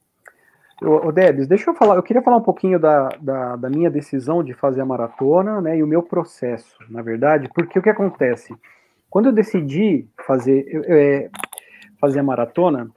Ô, Debs, deixa eu falar, eu queria falar um pouquinho da, da, da minha decisão de fazer a maratona, né, e o meu processo, na verdade, porque o que acontece? Quando eu decidi fazer, é, fazer a maratona,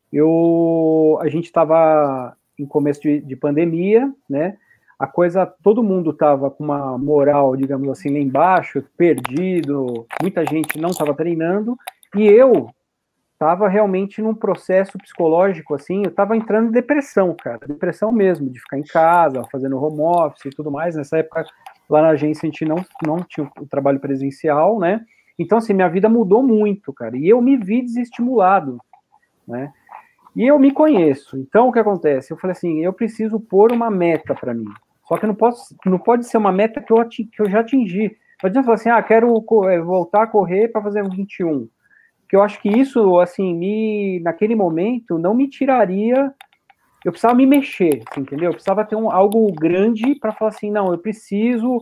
eu, a gente estava em começo de, de pandemia, né, a coisa, todo mundo estava com uma moral, digamos assim, lá embaixo, perdido, muita gente não estava treinando, e eu estava realmente num processo psicológico, assim, eu estava entrando em depressão, cara, depressão mesmo, de ficar em casa, fazendo home office e tudo mais. Nessa época, lá na agência, a gente não, não tinha o trabalho presencial, né, então, assim, minha vida mudou muito, cara, e eu me vi desestimulado, né, e eu me conheço. Então, o que acontece? Eu falei assim, eu preciso pôr uma meta para mim, só que não, posso, não pode ser uma meta que eu, que eu já atingi. Não adianta falar assim, ah, quero voltar a correr para fazer um vinte e um, que eu acho que isso, assim, me, naquele momento, não me tiraria, eu precisava me mexer, assim, entendeu? Eu precisava ter um, algo grande para falar assim, não, eu preciso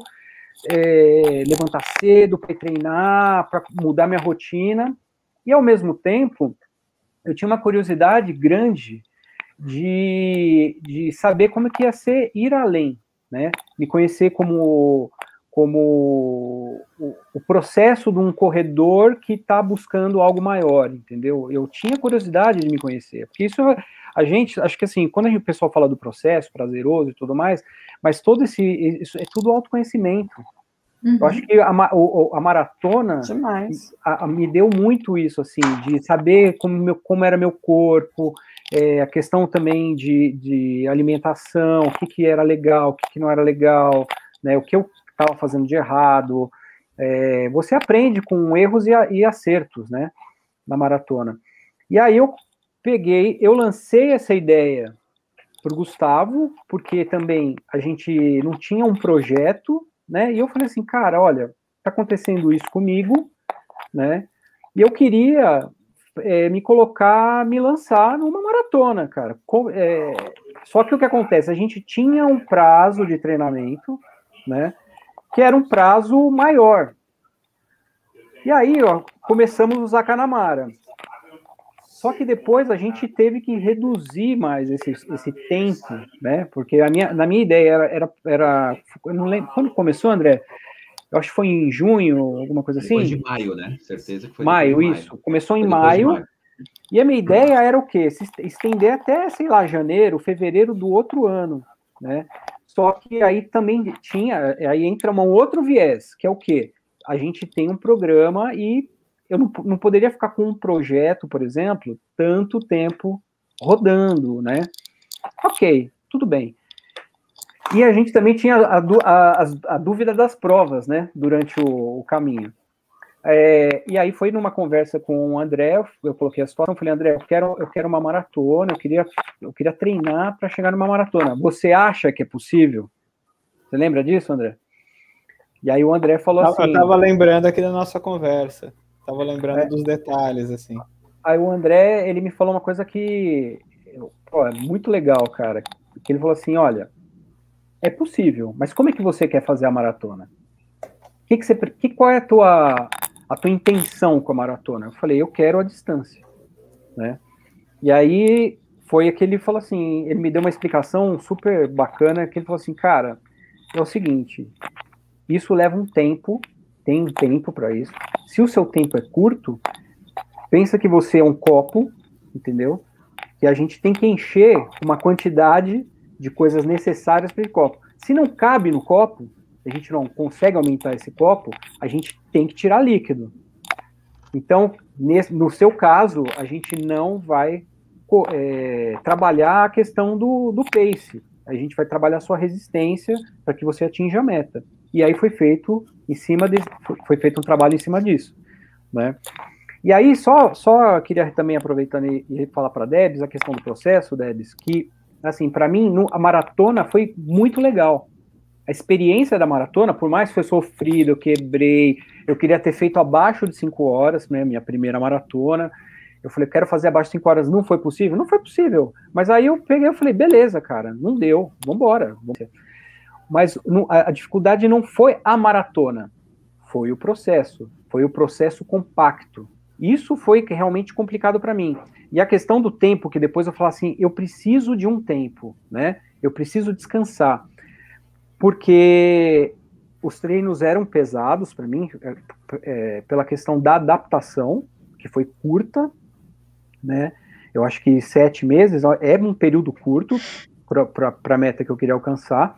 é, levantar cedo para treinar, para mudar minha rotina, e ao mesmo tempo, eu tinha uma curiosidade grande de, de saber como que ia ser ir além, né? Me conhecer como, como o, o processo de um corredor que está buscando algo maior, entendeu? Eu tinha curiosidade de me conhecer, porque isso a gente, acho que assim, quando a gente, o pessoal fala do processo prazeroso e tudo mais, mas todo esse, isso é tudo autoconhecimento. Uhum. Eu acho que a, a, a maratona a, a, me deu muito isso, assim, de saber como, meu, como era meu corpo, é, a questão também de, de alimentação, o que, que era legal, o que, que não era legal, né, o que eu estava fazendo de errado. É, você aprende com erros e, e acertos, né, na maratona. E aí eu peguei, eu lancei essa ideia para o Gustavo, porque também a gente não tinha um projeto, né? E eu falei assim, cara, olha, tá acontecendo isso comigo, né? E eu queria é, me colocar, me lançar numa maratona, cara. É, só que o que acontece? A gente tinha um prazo de treinamento, né? Que era um prazo maior. E aí, ó, começamos a usar Kanamara. Só que depois a gente teve que reduzir mais esse, esse tempo, né? Porque a minha, na minha ideia era, era, era eu não lembro, quando começou, André? Eu acho que foi em junho, alguma coisa assim. Depois de maio, né? Certeza que foi maio, maio. isso. Começou em maio, maio. E a minha ideia era o quê? Se estender até, sei lá, janeiro, fevereiro do outro ano, né? Só que aí também tinha, aí entra um outro viés, que é o quê? A gente tem um programa e eu não, não poderia ficar com um projeto, por exemplo, tanto tempo rodando, né? Ok, tudo bem. E a gente também tinha a, a, a, a dúvida das provas, né? Durante o, o caminho. É, e aí foi numa conversa com o André, eu coloquei a situação, falei, André, eu quero, eu quero uma maratona, eu queria, eu queria treinar para chegar numa maratona. Você acha que é possível? Você lembra disso, André? E aí o André falou assim... Eu estava lembrando aqui da nossa conversa. Tava lembrando é, dos detalhes, assim. Aí o André, ele me falou uma coisa que, pô, é muito legal, cara. Que ele falou assim, olha, é possível, mas como é que você quer fazer a maratona? Que que você, que, qual é a tua, a tua intenção com a maratona? Eu falei, eu quero a distância, né? E aí foi aquele, ele falou assim, ele me deu uma explicação super bacana, que ele falou assim, cara, é o seguinte, isso leva um tempo, tem um tempo para isso. Se o seu tempo é curto, pensa que você é um copo, entendeu? Que a gente tem que encher uma quantidade de coisas necessárias para esse copo. Se não cabe no copo, a gente não consegue aumentar esse copo, a gente tem que tirar líquido. Então, nesse, no seu caso, a gente não vai é, trabalhar a questão do, do pace. A gente vai trabalhar a sua resistência para que você atinja a meta. E aí foi feito em cima de, foi feito um trabalho em cima disso, né? E aí só só queria também aproveitando e, e falar para a Debs a questão do processo, Debs, que assim para mim no, a maratona foi muito legal. A experiência da maratona, por mais que foi sofrido, eu quebrei, eu queria ter feito abaixo de cinco horas, né? Minha primeira maratona. Eu falei, quero fazer abaixo de cinco horas, não foi possível? Não foi possível. Mas aí eu peguei, eu falei, beleza, cara, não deu, vambora. vambora. Mas a dificuldade não foi a maratona, foi o processo, foi o processo compacto. Isso foi realmente complicado para mim. E a questão do tempo, que depois eu falo assim, eu preciso de um tempo, né? Eu preciso descansar. Porque os treinos eram pesados para mim, é, pela questão da adaptação, que foi curta, né? Eu acho que sete meses é um período curto para a meta que eu queria alcançar.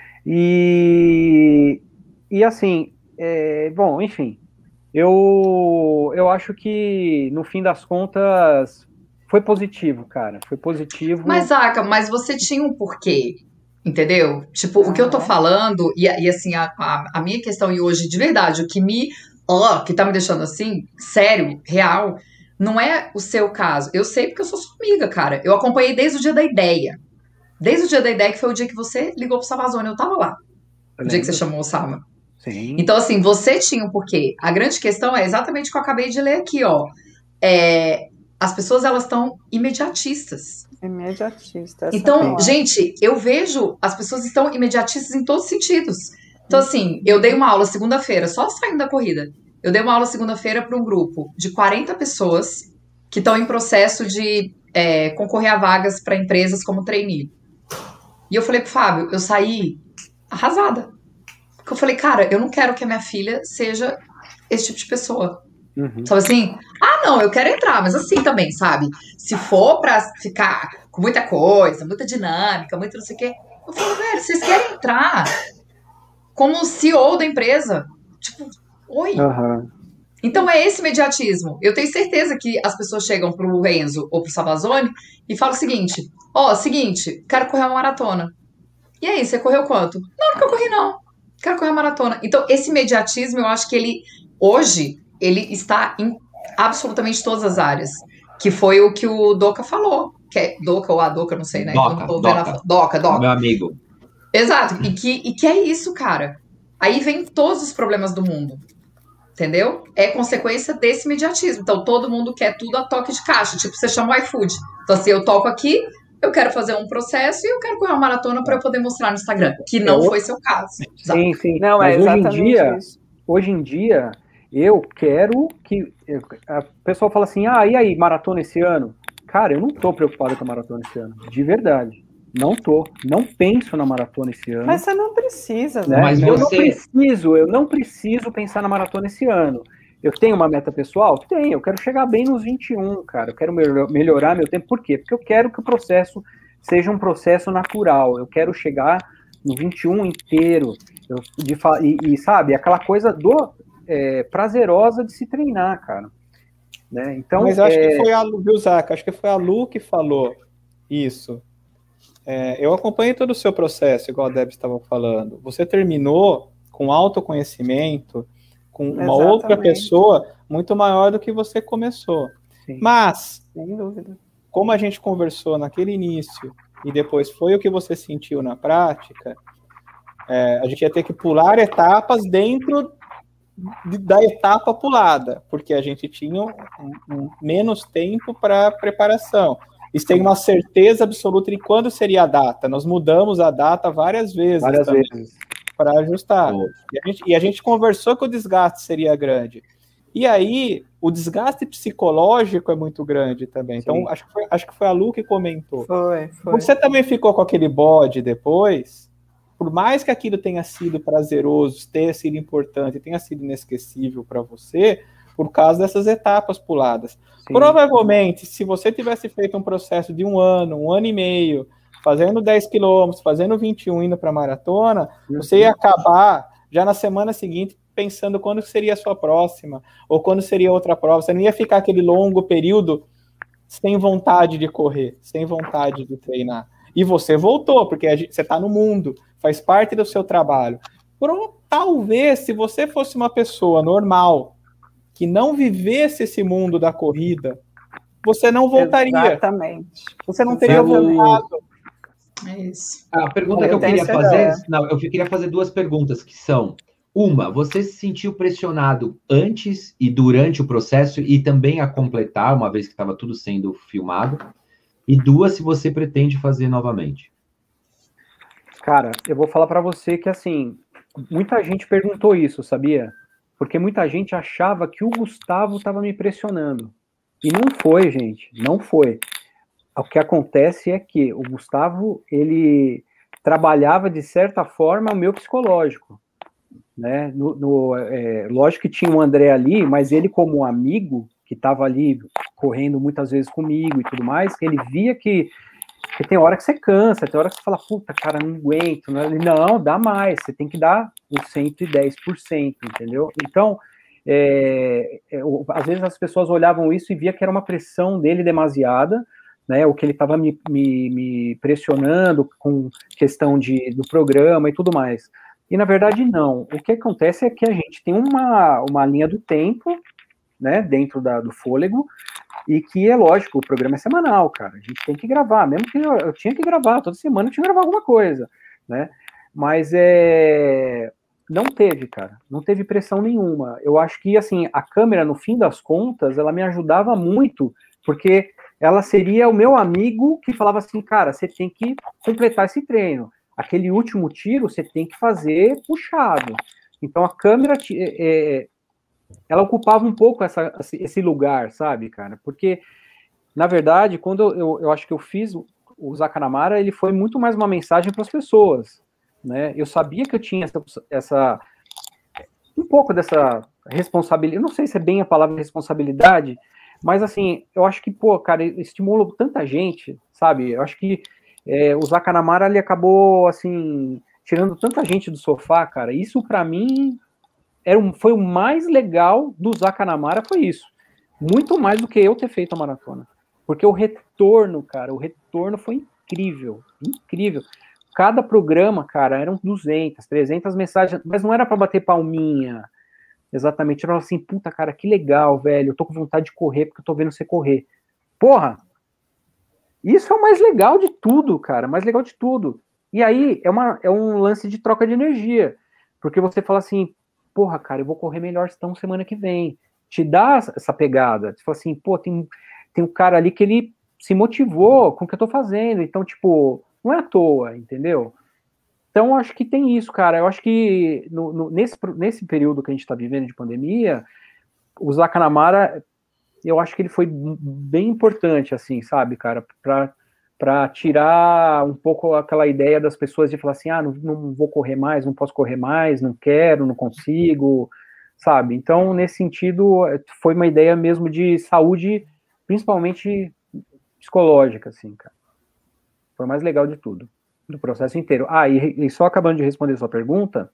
E, e assim, é, bom, enfim, eu, eu acho que no fim das contas foi positivo, cara, foi positivo. Mas, Aka, mas você tinha um porquê, entendeu? Tipo, ah, o que eu tô falando, e, e assim, a, a, a minha questão e hoje, de verdade, o que me, ó, que tá me deixando assim, sério, real, não é o seu caso. Eu sei porque eu sou sua amiga, cara, eu acompanhei desde o dia da ideia. Desde o dia da ideia, que foi o dia que você ligou pro Savazone, eu tava lá. Eu o dia que você chamou o Sava. Sim. Então, assim, você tinha um porquê. A grande questão é exatamente o que eu acabei de ler aqui, ó. É, as pessoas, elas estão imediatistas. Imediatistas. Então, gente, eu vejo as pessoas estão imediatistas em todos os sentidos. Então, assim, eu dei uma aula segunda-feira, só saindo da corrida. Eu dei uma aula segunda-feira para um grupo de quarenta pessoas que estão em processo de é, concorrer a vagas para empresas como trainee. E eu falei pro Fábio, eu saí arrasada. Porque eu falei, cara, eu não quero que a minha filha seja esse tipo de pessoa. Uhum. Sabe assim? Ah, não, eu quero entrar, mas assim também, sabe? Se for pra ficar com muita coisa, muita dinâmica, muito não sei o quê. Eu falo, velho, vocês querem entrar como C E O da empresa? Tipo, oi. Uhum. Então é esse mediatismo. Eu tenho certeza que as pessoas chegam pro Renzo ou pro Savazone e falam o seguinte, ó, oh, seguinte, quero correr uma maratona. E aí, você correu quanto? Não, nunca corri não. Quero correr uma maratona. Então, esse mediatismo, eu acho que ele, hoje, ele está em absolutamente todas as áreas. Que foi o que o Doca falou. Que é Doca ou a Doca, não sei, né? Doca, eu não tô Doca. vendo a... Doca, Doca. Meu amigo. Exato. E que, e que é isso, cara. Aí vem todos os problemas do mundo. Entendeu? É consequência desse mediatismo. Então, todo mundo quer tudo a toque de caixa. Tipo, você chama o iFood. Então, assim, eu toco aqui, eu quero fazer um processo e eu quero correr uma maratona para eu poder mostrar no Instagram. Que não foi seu caso. Sabe? Sim, sim. Não, Mas é hoje em exatamente dia, isso. Hoje em dia, eu quero que... A pessoa fala assim, ah, e aí, maratona esse ano? Cara, eu não tô preocupado com a maratona esse ano. De verdade. Não tô. Não penso na maratona esse ano. Mas você não precisa, né? Mas eu você... não preciso, eu não preciso pensar na maratona esse ano. Eu tenho uma meta pessoal? Tenho. Eu quero chegar bem nos vinte e um, cara. Eu quero melhorar meu tempo. Por quê? Porque eu quero que o processo seja um processo natural. Eu quero chegar no vinte e um inteiro. Eu, de, e, e, sabe, aquela coisa do é, prazerosa de se treinar, cara. Né? Então, Mas eu acho é... que foi a Lu, viu, Zaca? Acho que foi a Lu que falou isso. É, eu acompanhei todo o seu processo, igual a Deb estava falando. Você terminou com autoconhecimento, com uma Exatamente. outra pessoa muito maior do que você começou. Sim. Mas, sem dúvida, como a gente conversou naquele início e depois foi o que você sentiu na prática, é, a gente ia ter que pular etapas dentro de, da etapa pulada, porque a gente tinha um, um, menos tempo para preparação. E tem uma certeza absoluta de quando seria a data. Nós mudamos a data várias vezes. Várias vezes. Para ajustar. Oh. E, a gente, e a gente conversou que o desgaste seria grande. E aí, o desgaste psicológico é muito grande também. Sim. Então, acho que, foi, acho que foi a Lu que comentou. Foi, foi. Você também ficou com aquele bode depois, por mais que aquilo tenha sido prazeroso, tenha sido importante, tenha sido inesquecível para você, por causa dessas etapas puladas. Sim. Provavelmente, se você tivesse feito um processo de um ano, um ano e meio, fazendo dez quilômetros, fazendo vinte e um, indo para a maratona, uhum. você ia acabar já na semana seguinte pensando quando seria a sua próxima, ou quando seria outra prova. Você não ia ficar aquele longo período sem vontade de correr, sem vontade de treinar. E você voltou, porque você está no mundo, faz parte do seu trabalho. Por, talvez, se você fosse uma pessoa normal, que não vivesse esse mundo da corrida, você não voltaria. Exatamente. Você não teria voltado. É isso. A pergunta eu que eu queria fazer... Não, eu queria fazer duas perguntas, que são... Uma, você se sentiu pressionado antes e durante o processo e também a completar, uma vez que estava tudo sendo filmado? E duas, se você pretende fazer novamente? Cara, eu vou falar para você que, assim, muita gente perguntou isso, sabia? Porque muita gente achava que o Gustavo estava me pressionando. E não foi, gente, não foi. O que acontece é que o Gustavo, ele trabalhava, de certa forma, o meu psicológico. Né? No, no, é, lógico que tinha o André ali, mas ele como um amigo, que estava ali correndo muitas vezes comigo e tudo mais, ele via que, que tem hora que você cansa, tem hora que você fala, puta, cara, não aguento. Né? Não, dá mais, você tem que dar os cento e dez por cento, entendeu? Então, é, é, às vezes as pessoas olhavam isso e via que era uma pressão dele demasiada, né, o que ele estava me, me, me pressionando com questão de, do programa e tudo mais. E, na verdade, não. O que acontece é que a gente tem uma, uma linha do tempo, né, dentro da, do fôlego, e que é lógico, o programa é semanal, cara. A gente tem que gravar, mesmo que eu, eu tinha que gravar, toda semana eu tinha que gravar alguma coisa, né? Mas é... não teve, cara. Não teve pressão nenhuma. Eu acho que, assim, a câmera, no fim das contas, ela me ajudava muito, porque ela seria o meu amigo que falava assim, cara, você tem que completar esse treino. Aquele último tiro você tem que fazer puxado. Então a câmera é, ela ocupava um pouco essa, esse lugar, sabe, cara? Porque, na verdade, quando eu, eu, eu acho que eu fiz o, o Zacanamara, ele foi muito mais uma mensagem para as pessoas, né? Eu sabia que eu tinha essa, essa um pouco dessa responsabilidade, não sei se é bem a palavra responsabilidade, mas, assim, eu acho que, pô, cara, estimulou tanta gente, sabe? Eu acho que é, o Zacanamara, ele acabou, assim, tirando tanta gente do sofá, cara. Isso, para mim, era um, foi o mais legal do Zacanamara, foi isso. Muito mais do que eu ter feito a maratona. Porque o retorno, cara, o retorno foi incrível, incrível. Cada programa, cara, eram duzentas, trezentas mensagens, mas não era para bater palminha, exatamente, era assim, puta, cara, que legal, velho, eu tô com vontade de correr porque eu tô vendo você correr. Porra, isso é o mais legal de tudo, cara, mais legal de tudo. E aí, é, uma, é um lance de troca de energia, porque você fala assim, porra, cara, eu vou correr melhor então semana que vem. Te dá essa pegada, você fala assim, pô, tem, tem um cara ali que ele se motivou com o que eu tô fazendo, então, tipo, não é à toa, entendeu? Então, eu acho que tem isso, cara. Eu acho que no, no, nesse, nesse período que a gente está vivendo de pandemia, o Zacanamara, eu acho que ele foi bem importante, assim, sabe, cara, para tirar um pouco aquela ideia das pessoas de falar assim, ah, não, não vou correr mais, não posso correr mais, não quero, não consigo, sabe? Então, nesse sentido, foi uma ideia mesmo de saúde, principalmente psicológica, assim, cara. Foi o mais legal de tudo, do processo inteiro. Ah, e, e só acabando de responder a sua pergunta,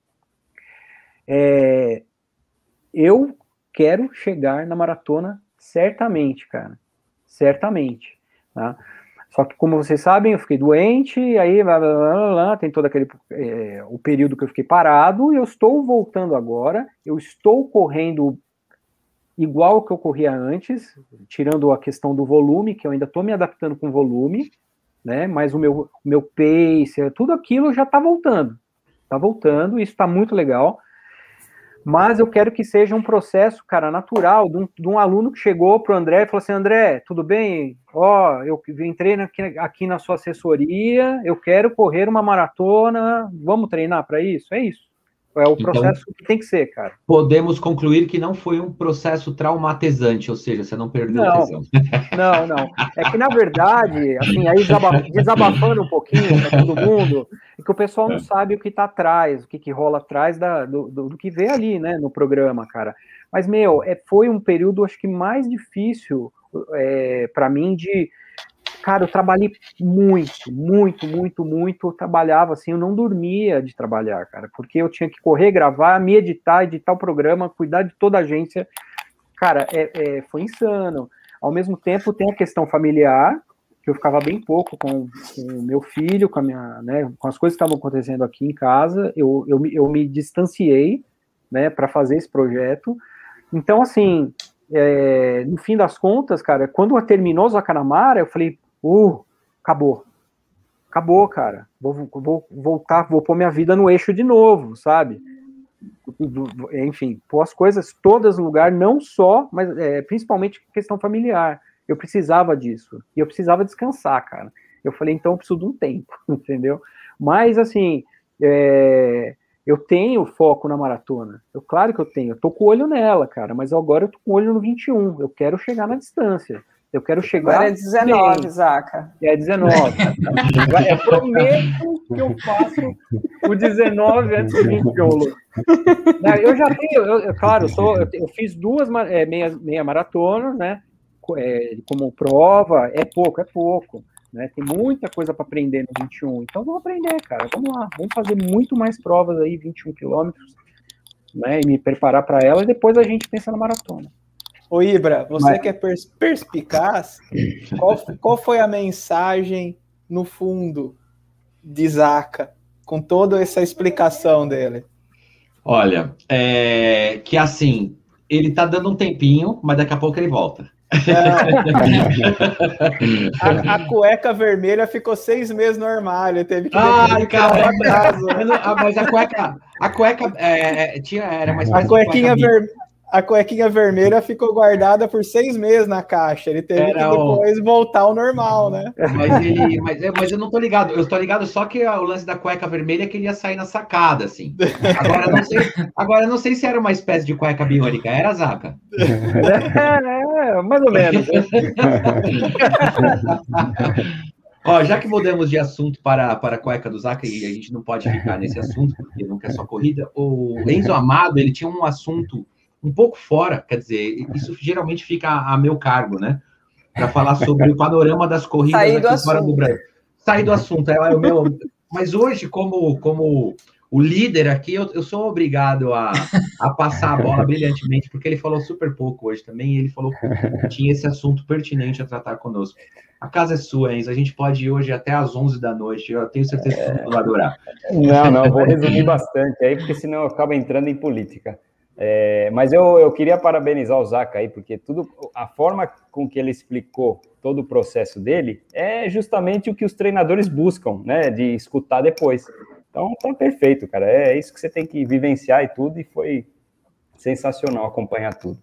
é, eu quero chegar na maratona certamente, cara, certamente, tá? Só que, como vocês sabem, eu fiquei doente, aí blá, blá, blá, blá, tem todo aquele é, o período que eu fiquei parado, e eu estou voltando agora, eu estou correndo igual que eu corria antes, tirando a questão do volume, que eu ainda estou me adaptando com volume, né, mas o meu, o meu pace, tudo aquilo já está voltando, está voltando, isso está muito legal, mas eu quero que seja um processo, cara, natural, de um, de um aluno que chegou para o André e falou assim, André, tudo bem? Ó, oh, eu entrei aqui, aqui na sua assessoria, eu quero correr uma maratona, vamos treinar para isso? É isso. É o processo então, que tem que ser, cara. Podemos concluir que não foi um processo traumatizante, ou seja, você não perdeu não, o tesão. Não, não. É que, na verdade, assim, aí desabafando um pouquinho para todo mundo, é que o pessoal não sabe o que está atrás, o que, que rola atrás da, do, do, do que vê ali, né, no programa, cara. Mas, meu, é, foi um período, acho que, mais difícil é, para mim de... Cara, eu trabalhei muito, muito, muito, muito, eu trabalhava assim, eu não dormia de trabalhar, cara, porque eu tinha que correr, gravar, me editar, editar o programa, cuidar de toda a agência, cara, é, é, foi insano. Ao mesmo tempo tem a questão familiar, que eu ficava bem pouco com o meu filho, com, a minha, né, com as coisas que estavam acontecendo aqui em casa, eu, eu, eu me distanciei, né, para fazer esse projeto, então assim, é, no fim das contas, cara, quando terminou o Zacanamara, eu falei, Uh, acabou. Acabou, cara. Vou, vou voltar, vou pôr minha vida no eixo de novo, sabe? Enfim, pôr as coisas todas no lugar, não só, mas é, principalmente questão familiar. Eu precisava disso. E eu precisava descansar, cara. Eu falei, então eu preciso de um tempo, entendeu? Mas, assim, é, eu tenho foco na maratona. Eu, claro que eu tenho. Eu tô com o olho nela, cara. Mas agora eu tô com o olho no vinte e um. Eu quero chegar na distância. Eu quero chegar... Agora é dezenove, bem. Zaca. É dezenove. Eu prometo que eu faço o dezenove antes do vinte e um. Eu já tenho, eu, claro, eu, sou, eu, eu fiz duas é, meia, meia maratona, né? É, como prova, é pouco, é pouco. Né? Tem muita coisa para aprender no vinte e um. Então vamos aprender, cara. Vamos lá. Vamos fazer muito mais provas aí, vinte e um quilômetros, né? E me preparar para ela e depois a gente pensa na maratona. Ô Ibra, você Mas... que é pers perspicaz, qual, qual foi a mensagem no fundo de Zaca, com toda essa explicação dele? Olha, é, que assim, ele tá dando um tempinho, mas daqui a pouco ele volta. a, a cueca vermelha ficou seis meses no armário, teve que Ai, cara, atraso. Mas a cueca, a cueca é, tinha, era mais a cuequinha vermelha. a cuequinha vermelha ficou guardada por seis meses na caixa. Ele teve Era que depois o... voltar ao normal, né? Mas, ele, mas, mas eu não tô ligado. Eu tô ligado só que o lance da cueca vermelha é que ele ia sair na sacada, assim. Agora não sei, agora não sei se era uma espécie de cueca biônica. Era, Zaca? É, é, mais ou menos. Ó, já que mudamos de assunto para, para a cueca do Zaca, e a gente não pode ficar nesse assunto, porque não quer só corrida, o Enzo Amado, ele tinha um assunto um pouco fora, quer dizer, isso geralmente fica a, a meu cargo, né? Para falar sobre o panorama das corridas Sair do aqui fora assunto. do Brasil. Sair do assunto, é, é o meu... Mas hoje, como, como o líder aqui, eu, eu sou obrigado a, a passar a bola brilhantemente, porque ele falou super pouco hoje também, e ele falou que tinha esse assunto pertinente a tratar conosco. A casa é sua, Enzo. A gente pode ir hoje até às onze da noite. Eu tenho certeza que todo mundo vai adorar. Não, não, vou resumir bastante aí, porque senão eu acabo entrando em política. É, mas eu, eu queria parabenizar o Zaca aí, porque tudo, a forma com que ele explicou todo o processo dele é justamente o que os treinadores buscam, né? De escutar depois. Então, tá perfeito, cara. É isso que você tem que vivenciar e tudo, e foi sensacional acompanhar tudo.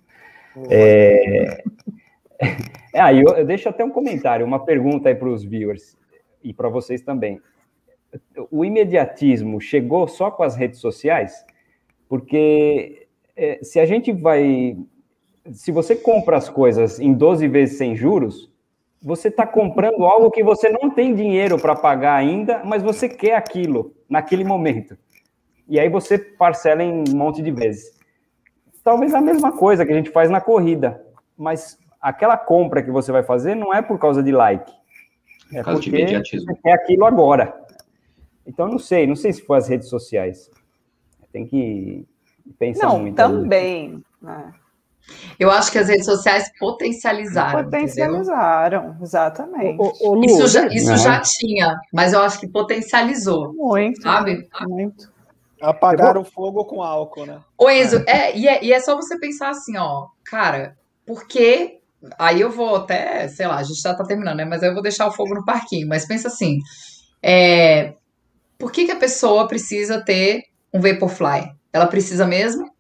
É... É, aí eu, eu deixo até um comentário, uma pergunta aí para os viewers e para vocês também. O imediatismo chegou só com as redes sociais? Porque é, se a gente vai... Se você compra as coisas em doze vezes sem juros, você está comprando algo que você não tem dinheiro para pagar ainda, mas você quer aquilo naquele momento. E aí você parcela em um monte de vezes. Talvez a mesma coisa que a gente faz na corrida, mas... aquela compra que você vai fazer não é por causa de like. É por porque você quer aquilo agora. Então, não sei. Não sei se foi as redes sociais. Tem que pensar não, muito. Não, também. Né? Eu acho que as redes sociais potencializaram. Potencializaram, entendeu? Exatamente. O, o, o Lu, isso já, isso já tinha, mas eu acho que potencializou. Muito. Sabe? Muito. Apagaram o fogo com álcool, né? Ô, Enzo, é, e, é, e é só você pensar assim, ó. Cara, por que... Aí eu vou até, sei lá, a gente já tá terminando, né? Mas aí eu vou deixar o fogo no parquinho. Mas pensa assim, é, por que que a pessoa precisa ter um Vaporfly? Ela precisa mesmo?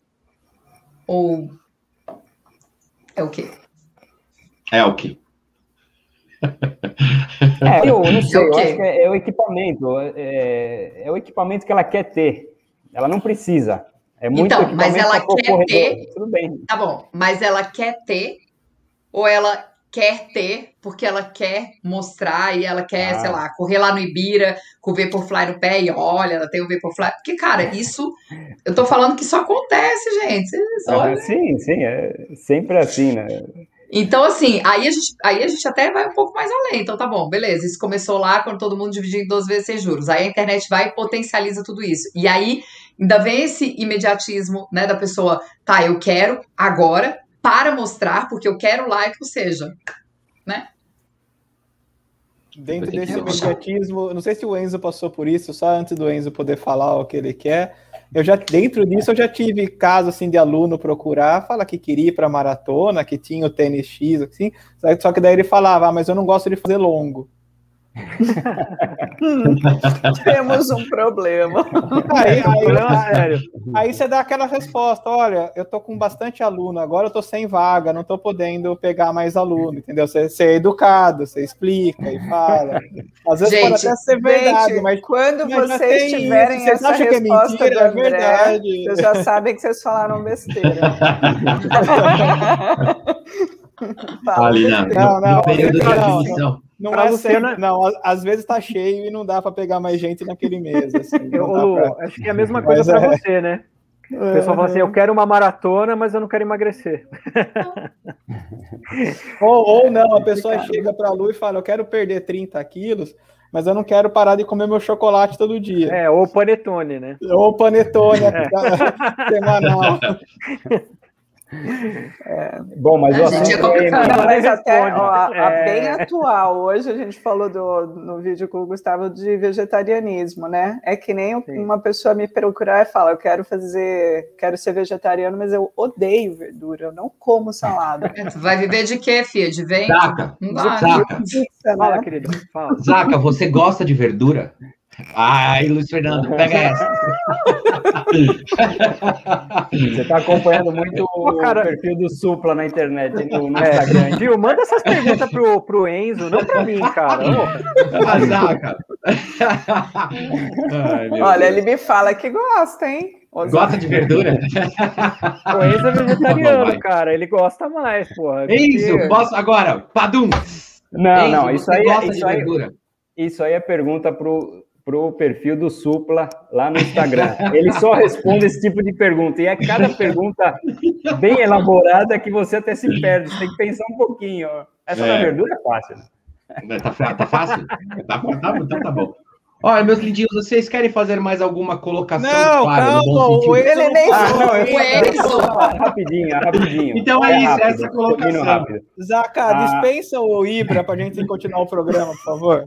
Ou é o quê? É o quê? É, eu não sei, é eu acho que é, é o equipamento, é, é o equipamento que ela quer ter. Ela não precisa. É muito então, mas ela quer corredor. ter... Tudo bem. Tá bom, mas ela quer ter... Ou ela quer ter, porque ela quer mostrar e ela quer, ah. sei lá, correr lá no Ibira com o Vaporfly no pé e olha, ela tem o Vaporfly. Porque, cara, isso... Eu tô falando que isso acontece, gente. Ah, sim, sim, é sempre assim, né? Então, assim, aí a, gente, aí a gente até vai um pouco mais além. Então, tá bom, beleza. Isso começou lá quando todo mundo dividiu em doze vezes sem juros. Aí a internet vai e potencializa tudo isso. E aí, ainda vem esse imediatismo, né, da pessoa, tá, eu quero agora... para mostrar, porque eu quero like, ou seja, né? Dentro desse imediatismo, não sei se o Enzo passou por isso, só antes do Enzo poder falar o que ele quer, eu já, dentro disso eu já tive caso assim de aluno procurar, fala que queria ir para maratona, que tinha o tênis X, assim, só que daí ele falava, ah, mas eu não gosto de fazer longo. Temos um problema. Aí, aí, aí, aí você dá aquela resposta, olha, eu tô com bastante aluno, agora eu tô sem vaga, não tô podendo pegar mais aluno, entendeu? Você, você é educado, você explica e fala. Às vezes gente, pode até ser verdade, gente, mas quando mas vocês tiverem isso. Essa resposta que é mentira, do André, é verdade. Vocês já sabem que vocês falaram besteira. Ali, não, não, não, no período não, de admissão. Não, não é Luciana... sempre, não, às vezes tá cheio e não dá para pegar mais gente naquele mês. Assim, eu, Lu, pra... acho que é a mesma coisa para é... você, né? O pessoal fala assim, eu quero uma maratona, mas eu não quero emagrecer. ou, ou não, a pessoa chega para a Lu e fala, eu quero perder trinta quilos, mas eu não quero parar de comer meu chocolate todo dia. É, ou panetone, né? Ou panetone, é. semanal. É. Bom, mas o assunto é não, mas até ó, a, a bem atual. Hoje a gente falou do, no vídeo com o Gustavo de vegetarianismo, né? É que nem Sim. uma pessoa me procurar e fala, eu quero fazer, quero ser vegetariano, mas eu odeio verdura, eu não como salada. Vai viver de quê, filha? De vento? Zaca, não dá. Zaca. Pizza, fala, né? Querido, fala. Zaca, você gosta de verdura? Ai, Luiz Fernando, pega essa. Você tá acompanhando muito o cara, perfil do Supla na internet, no, no é, Instagram. viu? Manda essas perguntas pro, pro Enzo, não pra mim, cara. Ô. Azar, cara. Ai, meu Olha, Deus. ele me fala que gosta, hein? Gosta de verdura? O Enzo é vegetariano, Vai. cara. Ele gosta mais, porra. Enzo, porque- posso agora? Padum! Não, Enzo, não, isso você aí, gosta isso, de aí, verdura? isso aí é pergunta pro, pro perfil do Supla lá no Instagram. Ele só responde esse tipo de pergunta. E é cada pergunta bem elaborada que você até se perde. Você tem que pensar um pouquinho. Essa É. da verdura é fácil. Né, Tá, fa- tá fácil? Tá, tá, então tá bom. Olha, meus lindinhos, vocês querem fazer mais alguma colocação Não, falha, no bom calma, sentido? o Enzo Ele nem Ah, não, eu O Enzo. rapidinho, rapidinho. Então é isso, rápido, essa é a colocação. termino rápido. Zaca, Ah. dispensa o Ibra pra gente continuar o programa, por favor.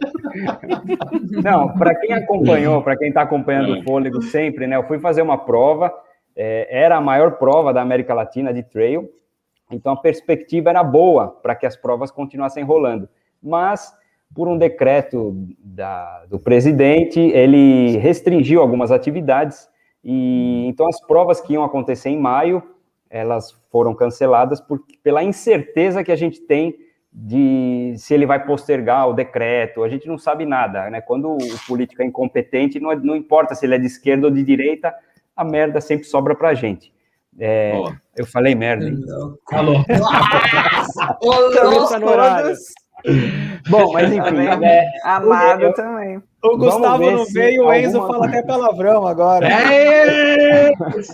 Não, para quem acompanhou, para quem está acompanhando o Fôlego sempre, né? Eu fui fazer uma prova, é, era a maior prova da América Latina de trail, então a perspectiva era boa para que as provas continuassem rolando. Mas, por um decreto da, do presidente, ele restringiu algumas atividades, e então as provas que iam acontecer em maio, elas foram canceladas por, pela incerteza que a gente tem de se ele vai postergar o decreto. A gente não sabe nada, né? Quando o político é incompetente, não, não importa se ele é de esquerda ou de direita, a merda sempre sobra pra gente. É, Boa. eu falei merda, hein? Falou. Ô, Cabeça no horário. Todos. Bom, mas enfim, Também. é, Amado eu- também. O Vamos Gustavo ver não se veio, o Enzo alguma- fala até palavrão agora. É.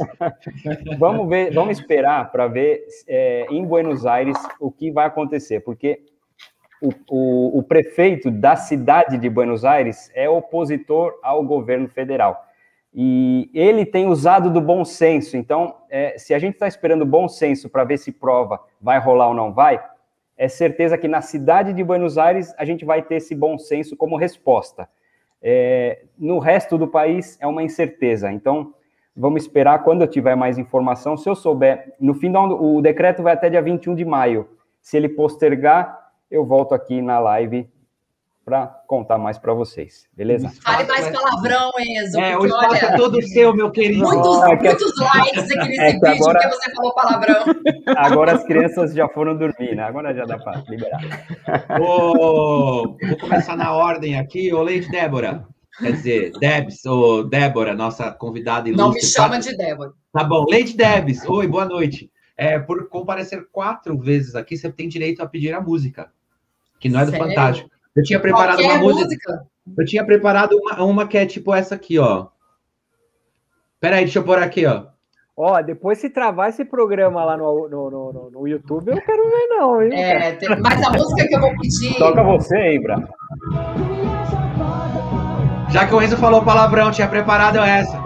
vamos ver, vamos esperar para ver é, em Buenos Aires o que vai acontecer, porque o, o, o prefeito da cidade de Buenos Aires é opositor ao governo federal. E ele tem usado do bom senso. Então, é, se a gente está esperando bom senso para ver se prova vai rolar ou não vai, é certeza que na cidade de Buenos Aires a gente vai ter esse bom senso como resposta. É, no resto do país é uma incerteza. Então, vamos esperar quando eu tiver mais informação. Se eu souber, no fim, do, o decreto vai até dia vinte e um de maio. Se ele postergar, eu volto aqui na live para contar mais para vocês, beleza? Fale mais palavrão, Enzo. É, o porque, espaço é olha, todo seu, meu querido. muitos, é que- muitos likes aqui nesse é que vídeo agora- porque você falou palavrão. Agora as crianças já foram dormir, né? Agora já dá para liberar. Ô, vou começar na ordem aqui. Ô, Leite Débora. Quer dizer, Debs, ou Débora, nossa convidada ilustre. Não me chama Tá- de Débora. Tá bom. Leite Debs, oi, boa noite. É, por comparecer quatro vezes aqui, você tem direito a pedir a música, que não é do Sério? Fantástico. Eu tinha preparado Qualquer uma música. música? Eu tinha preparado uma, uma que é tipo essa aqui, ó. Peraí, deixa eu pôr aqui, ó. Ó, depois se travar esse programa lá no, no, no, no- no YouTube, eu não quero ver, não, viu? É, tem- mas a música que eu vou pedir. Toca você, Ibra. Já que o Enzo falou palavrão, tinha preparado essa.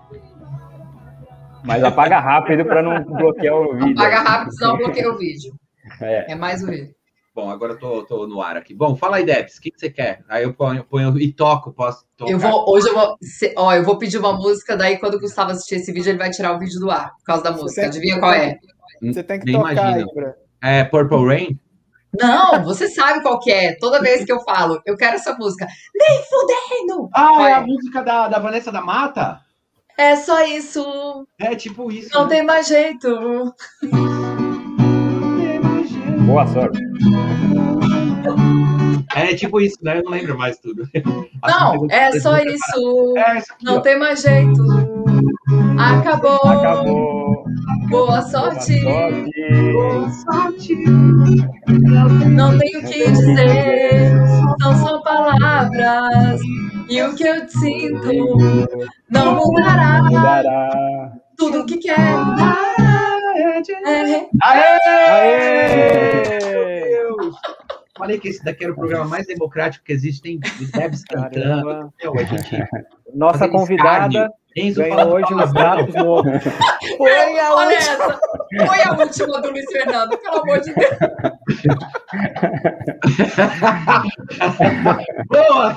Mas apaga rápido para não bloquear o vídeo. Apaga rápido, senão eu bloqueio o vídeo. É. É mais um vídeo. Bom, agora eu tô, tô no ar aqui. Bom, fala aí, Debs, o que, que você quer? Aí eu ponho, ponho e toco, posso tocar. Eu vou, hoje eu vou, se- ó, eu vou pedir uma música, daí quando o Gustavo assistir esse vídeo, ele vai tirar o vídeo do ar, por causa da música. Você- Adivinha qual é? Você tem que Nem tocar, imagino. Ibra. É Purple Rain? Não, você sabe qual que é. Toda vez que eu falo, eu quero essa música. Nem fudendo! Ah, Qual é é? a música da, da Vanessa da Mata? É só isso, É tipo isso. não né? tem mais jeito. Boa sorte. É tipo isso, né? Eu não lembro mais tudo. Não, é só isso, É isso aqui, não ó. tem mais jeito. Acabou, Acabou. boa sorte. Boa sorte. Não tenho o que dizer, são só palavras. E o que eu sinto não mudará. Mudará. Tudo que quer mudar é Aê! Aê! Deus! Falei que esse daqui era o programa mais democrático que existe. Tem Debs cantando. Caramba. Meu, a gente Nossa fazendo convidada escárnio. Enzo ganhou falando hoje os palavrão. dados no... Foi a Olha última. essa. Foi a última do Luiz Fernando, pelo amor de Deus. Boa!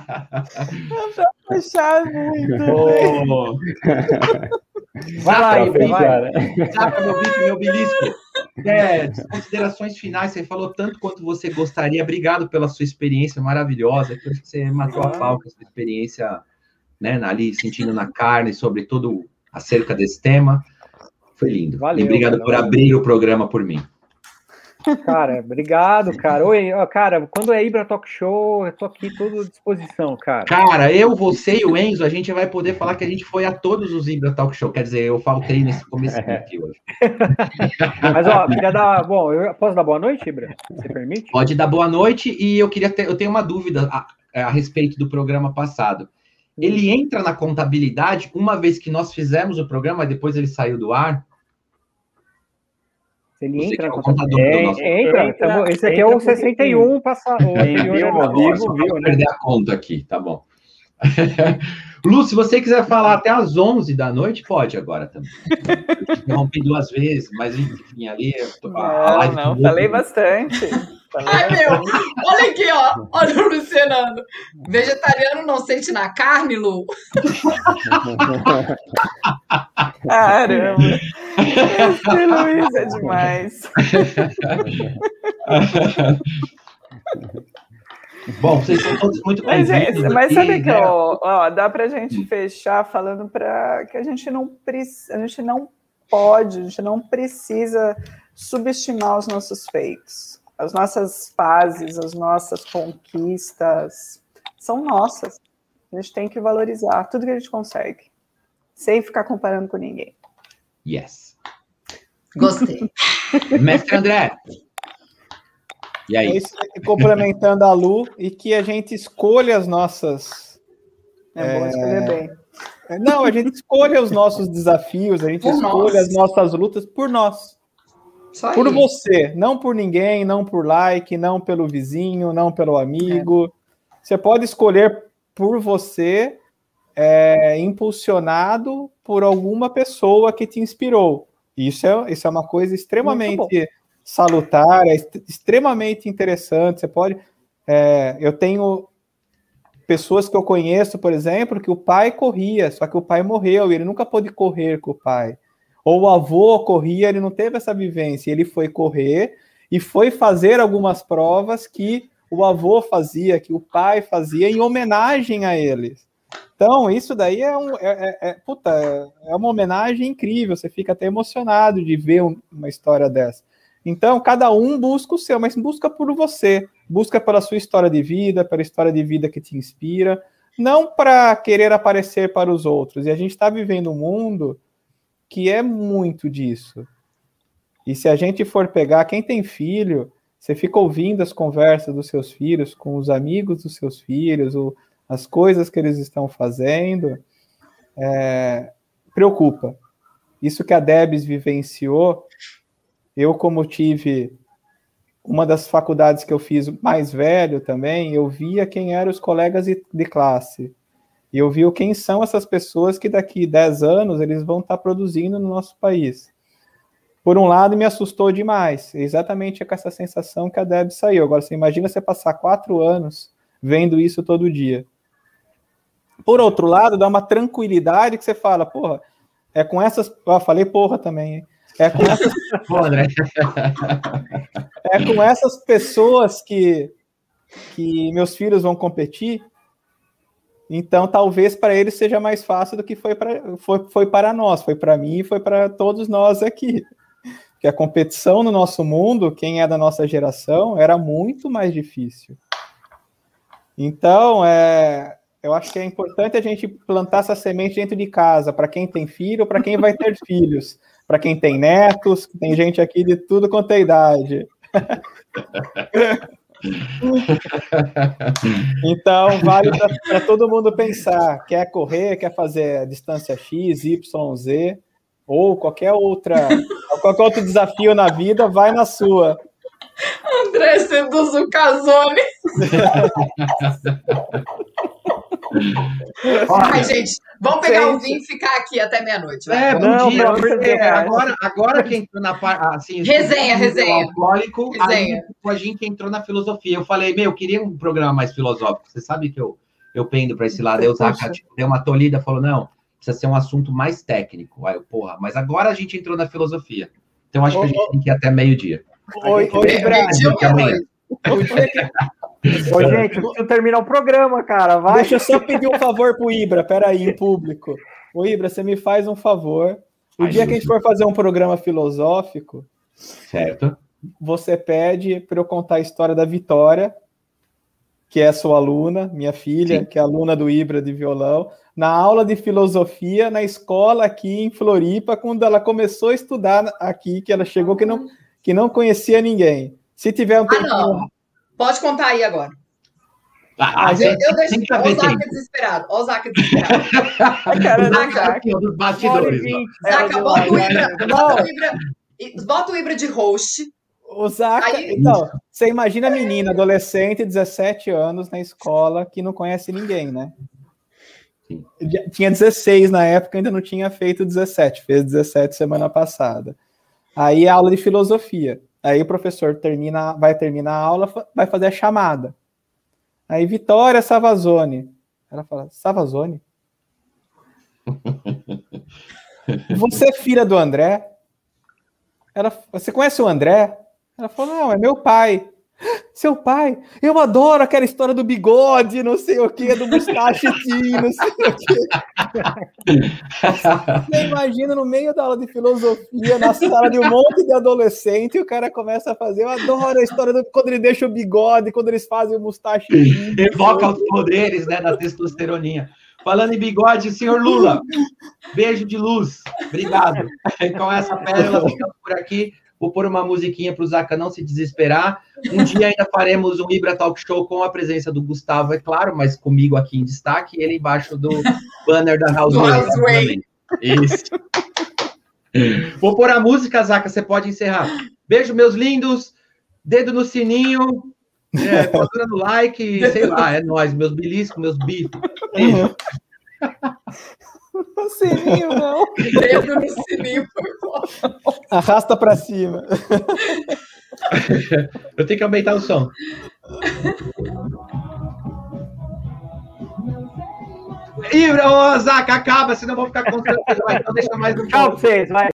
Puxar muito. Oh. Vai lá, Saca, Ibra, meu vai. bicho, saca meu bicho, meu belisco. é, considerações finais, você falou tanto quanto você gostaria, obrigado pela sua experiência maravilhosa, que você matou a pau com a sua experiência, né, ali, sentindo na carne, sobre tudo acerca desse tema, foi lindo. Valeu, e obrigado cara, por valeu. abrir o programa por mim. Cara, obrigado, cara. Oi, ó, cara, quando é Ibra Talk Show, eu tô aqui todo à disposição, cara. Cara, eu, você e o Enzo, a gente vai poder falar que a gente foi a todos os Ibra Talk Show. Quer dizer, eu faltei nesse começo aqui hoje. Mas, ó, queria dar... Bom, eu posso dar boa noite, Ibra? Você permite? Pode dar boa noite. E eu queria ter... Eu tenho uma dúvida a, a respeito do programa passado. Ele entra na contabilidade uma vez que nós fizemos o programa, depois ele saiu do ar? Ele Você entra que é na o contador do nosso... É, entra, entra, tamo- esse aqui entra é o sessenta e um, passa, o Quem anterior viu era ao o- vivo, Só viu, pra né? perder a conta aqui, tá bom. Lu, se você quiser falar até às onze da noite, pode agora também. Eu te interrompi duas vezes, mas enfim, ali... a- a Não, live não, do falei outro- bastante. Falei Ai, meu, bastante. olha aqui, ó. Olha o Luciano. Vegetariano não sente na carne, Lu? Caramba. Esse Luiz é demais. Bom, vocês são todos muito Mas, é, bem-vindos mas aqui, sabe que né? ó, ó, dá pra gente fechar falando para que a gente não precisa, a gente não pode, a gente não precisa subestimar os nossos feitos. As nossas fases, as nossas conquistas são nossas. A gente tem que valorizar tudo que a gente consegue, sem ficar comparando com ninguém. Yes. Gostei. Mestre André. E É aí? isso, complementando a Lu, e que a gente escolha as nossas. É, bom escolher bem. Não, a gente escolha os nossos desafios, a gente Por escolha nós. as nossas lutas por nós. Só Por aí. você, não por ninguém, não por like, não pelo vizinho, não pelo amigo. Você pode escolher por você, é, impulsionado por alguma pessoa que te inspirou. Isso é, isso é uma coisa extremamente salutar, é est- extremamente interessante. Você pode. é, eu tenho pessoas que eu conheço, por exemplo, que o pai corria, só que o pai morreu e ele nunca pôde correr com o pai. Ou o avô corria, ele não teve essa vivência, ele foi correr e foi fazer algumas provas que o avô fazia, que o pai fazia em homenagem a eles. Então, isso daí é, um, é, é, é, puta, é uma homenagem incrível, você fica até emocionado de ver um, uma história dessa. Então, cada um busca o seu, mas busca por você, busca pela sua história de vida, pela história de vida que te inspira, não para querer aparecer para os outros. E a gente está vivendo um mundo que é muito disso. E se a gente for pegar, quem tem filho, você fica ouvindo as conversas dos seus filhos, com os amigos dos seus filhos, o, as coisas que eles estão fazendo, é, preocupa. Isso que a Debs vivenciou, eu como tive uma das faculdades que eu fiz mais velho também, eu via quem eram os colegas de, de classe. E eu vi quem são essas pessoas que daqui dez anos eles vão estar produzindo no nosso país. Por um lado, me assustou demais, exatamente com essa sensação que a Deb saiu. Agora, você imagina você passar quatro anos vendo isso todo dia. Por outro lado, dá uma tranquilidade que você fala, porra, é com essas... Eu falei porra também, hein? É com essas, Pô, André. é com essas pessoas que, que meus filhos vão competir. Então, talvez para eles seja mais fácil do que foi para foi, foi para nós, foi para mim e foi para todos nós aqui. Porque a competição no nosso mundo, quem é da nossa geração, era muito mais difícil. Então, é, eu acho que é importante a gente plantar essa semente dentro de casa, para quem tem filho, para quem vai ter filhos, para quem tem netos, tem gente aqui de tudo quanto é idade. Então, vale para todo mundo pensar, quer correr, quer fazer distância X, Y, Z, ou qualquer outra, qualquer outro desafio na vida, vai na sua. André seduz o Casone. Ai, gente, vamos pegar Gente. o vinho e ficar aqui até meia-noite. vai. É, Não, bom dia. pelo amor de porque Deus, cara. agora, agora que entrou na parte. Assim, Resenha, o resenha. alcoólico, Resenha. aí a gente entrou na filosofia. Eu falei, meu, eu queria um programa mais filosófico. Você sabe que eu, eu pendo para esse lado. Aí o Zaca tipo, deu uma tolhida, falou, não, precisa ser um assunto mais técnico. Aí eu, porra, mas agora a gente entrou na filosofia. Então acho que a gente tem que ir até meio-dia. Oi, oi, Brasil. Ô, gente, eu preciso terminar o programa, cara. Vai. Deixa eu só pedir um favor pro Ibra, peraí, em público. Ô, Ibra, você me faz um favor. O Ai, dia que a gente for fazer um programa filosófico, certo? Você pede para eu contar a história da Vitória, que é sua aluna, minha filha, Sim. que é aluna do Ibra de violão, na aula de filosofia, na escola aqui em Floripa, quando ela começou a estudar aqui, que ela chegou que não, que não conhecia ninguém. Se tiver um tempo... Ah, não. Pode contar aí agora. Ah, eu, eu, eu deixo o Zaca desesperado. Olha o Zaca desesperado. Zaca dos bastidores. Zaca, bota o Ibra, bota o Ibra, bota o Ibra de host. O Zaca, aí... então, você imagina a menina, adolescente, dezessete anos, na escola, que não conhece ninguém, né? Sim. Tinha dezesseis na época, ainda não tinha feito dezessete, fez dezessete semana passada. Aí aula de filosofia. Aí o professor termina, vai terminar a aula, vai fazer a chamada. Aí, Vitória Savazone. Ela fala, Savazone? Você é filha do André? Ela, você conhece o André? Ela falou, não, é meu pai. Seu pai? Eu adoro aquela história do bigode, não sei o que, do mustachetinho, não sei o que. Você imagina no meio da aula de filosofia, na sala de um monte de adolescente, e o cara começa a fazer, eu adoro a história do quando ele deixa o bigode, quando eles fazem o mustachetinho. Evoca os poderes, né, da testosteroninha. Falando em bigode, senhor Lula, beijo de luz. Obrigado. Com essa pérola, ficamos por aqui. Vou pôr uma musiquinha para o Zaca não se desesperar. Um dia ainda faremos um Ibra Talk Show com a presença do Gustavo, é claro, mas comigo aqui em destaque, ele embaixo do banner da Houseway. Isso. Vou pôr a música, Zaca, você pode encerrar. Beijo, meus lindos. Dedo no sininho. É, postura no like, sei lá, é nóis, meus beliscos, meus bifes. Beijo. No sininho, não. Dedo no sininho, por favor. Arrasta pra cima. Eu tenho que aumentar o som. Ih, ô, Zaca, acaba, senão eu vou ficar constante. Então deixa mais no Tchau pra vocês, vai.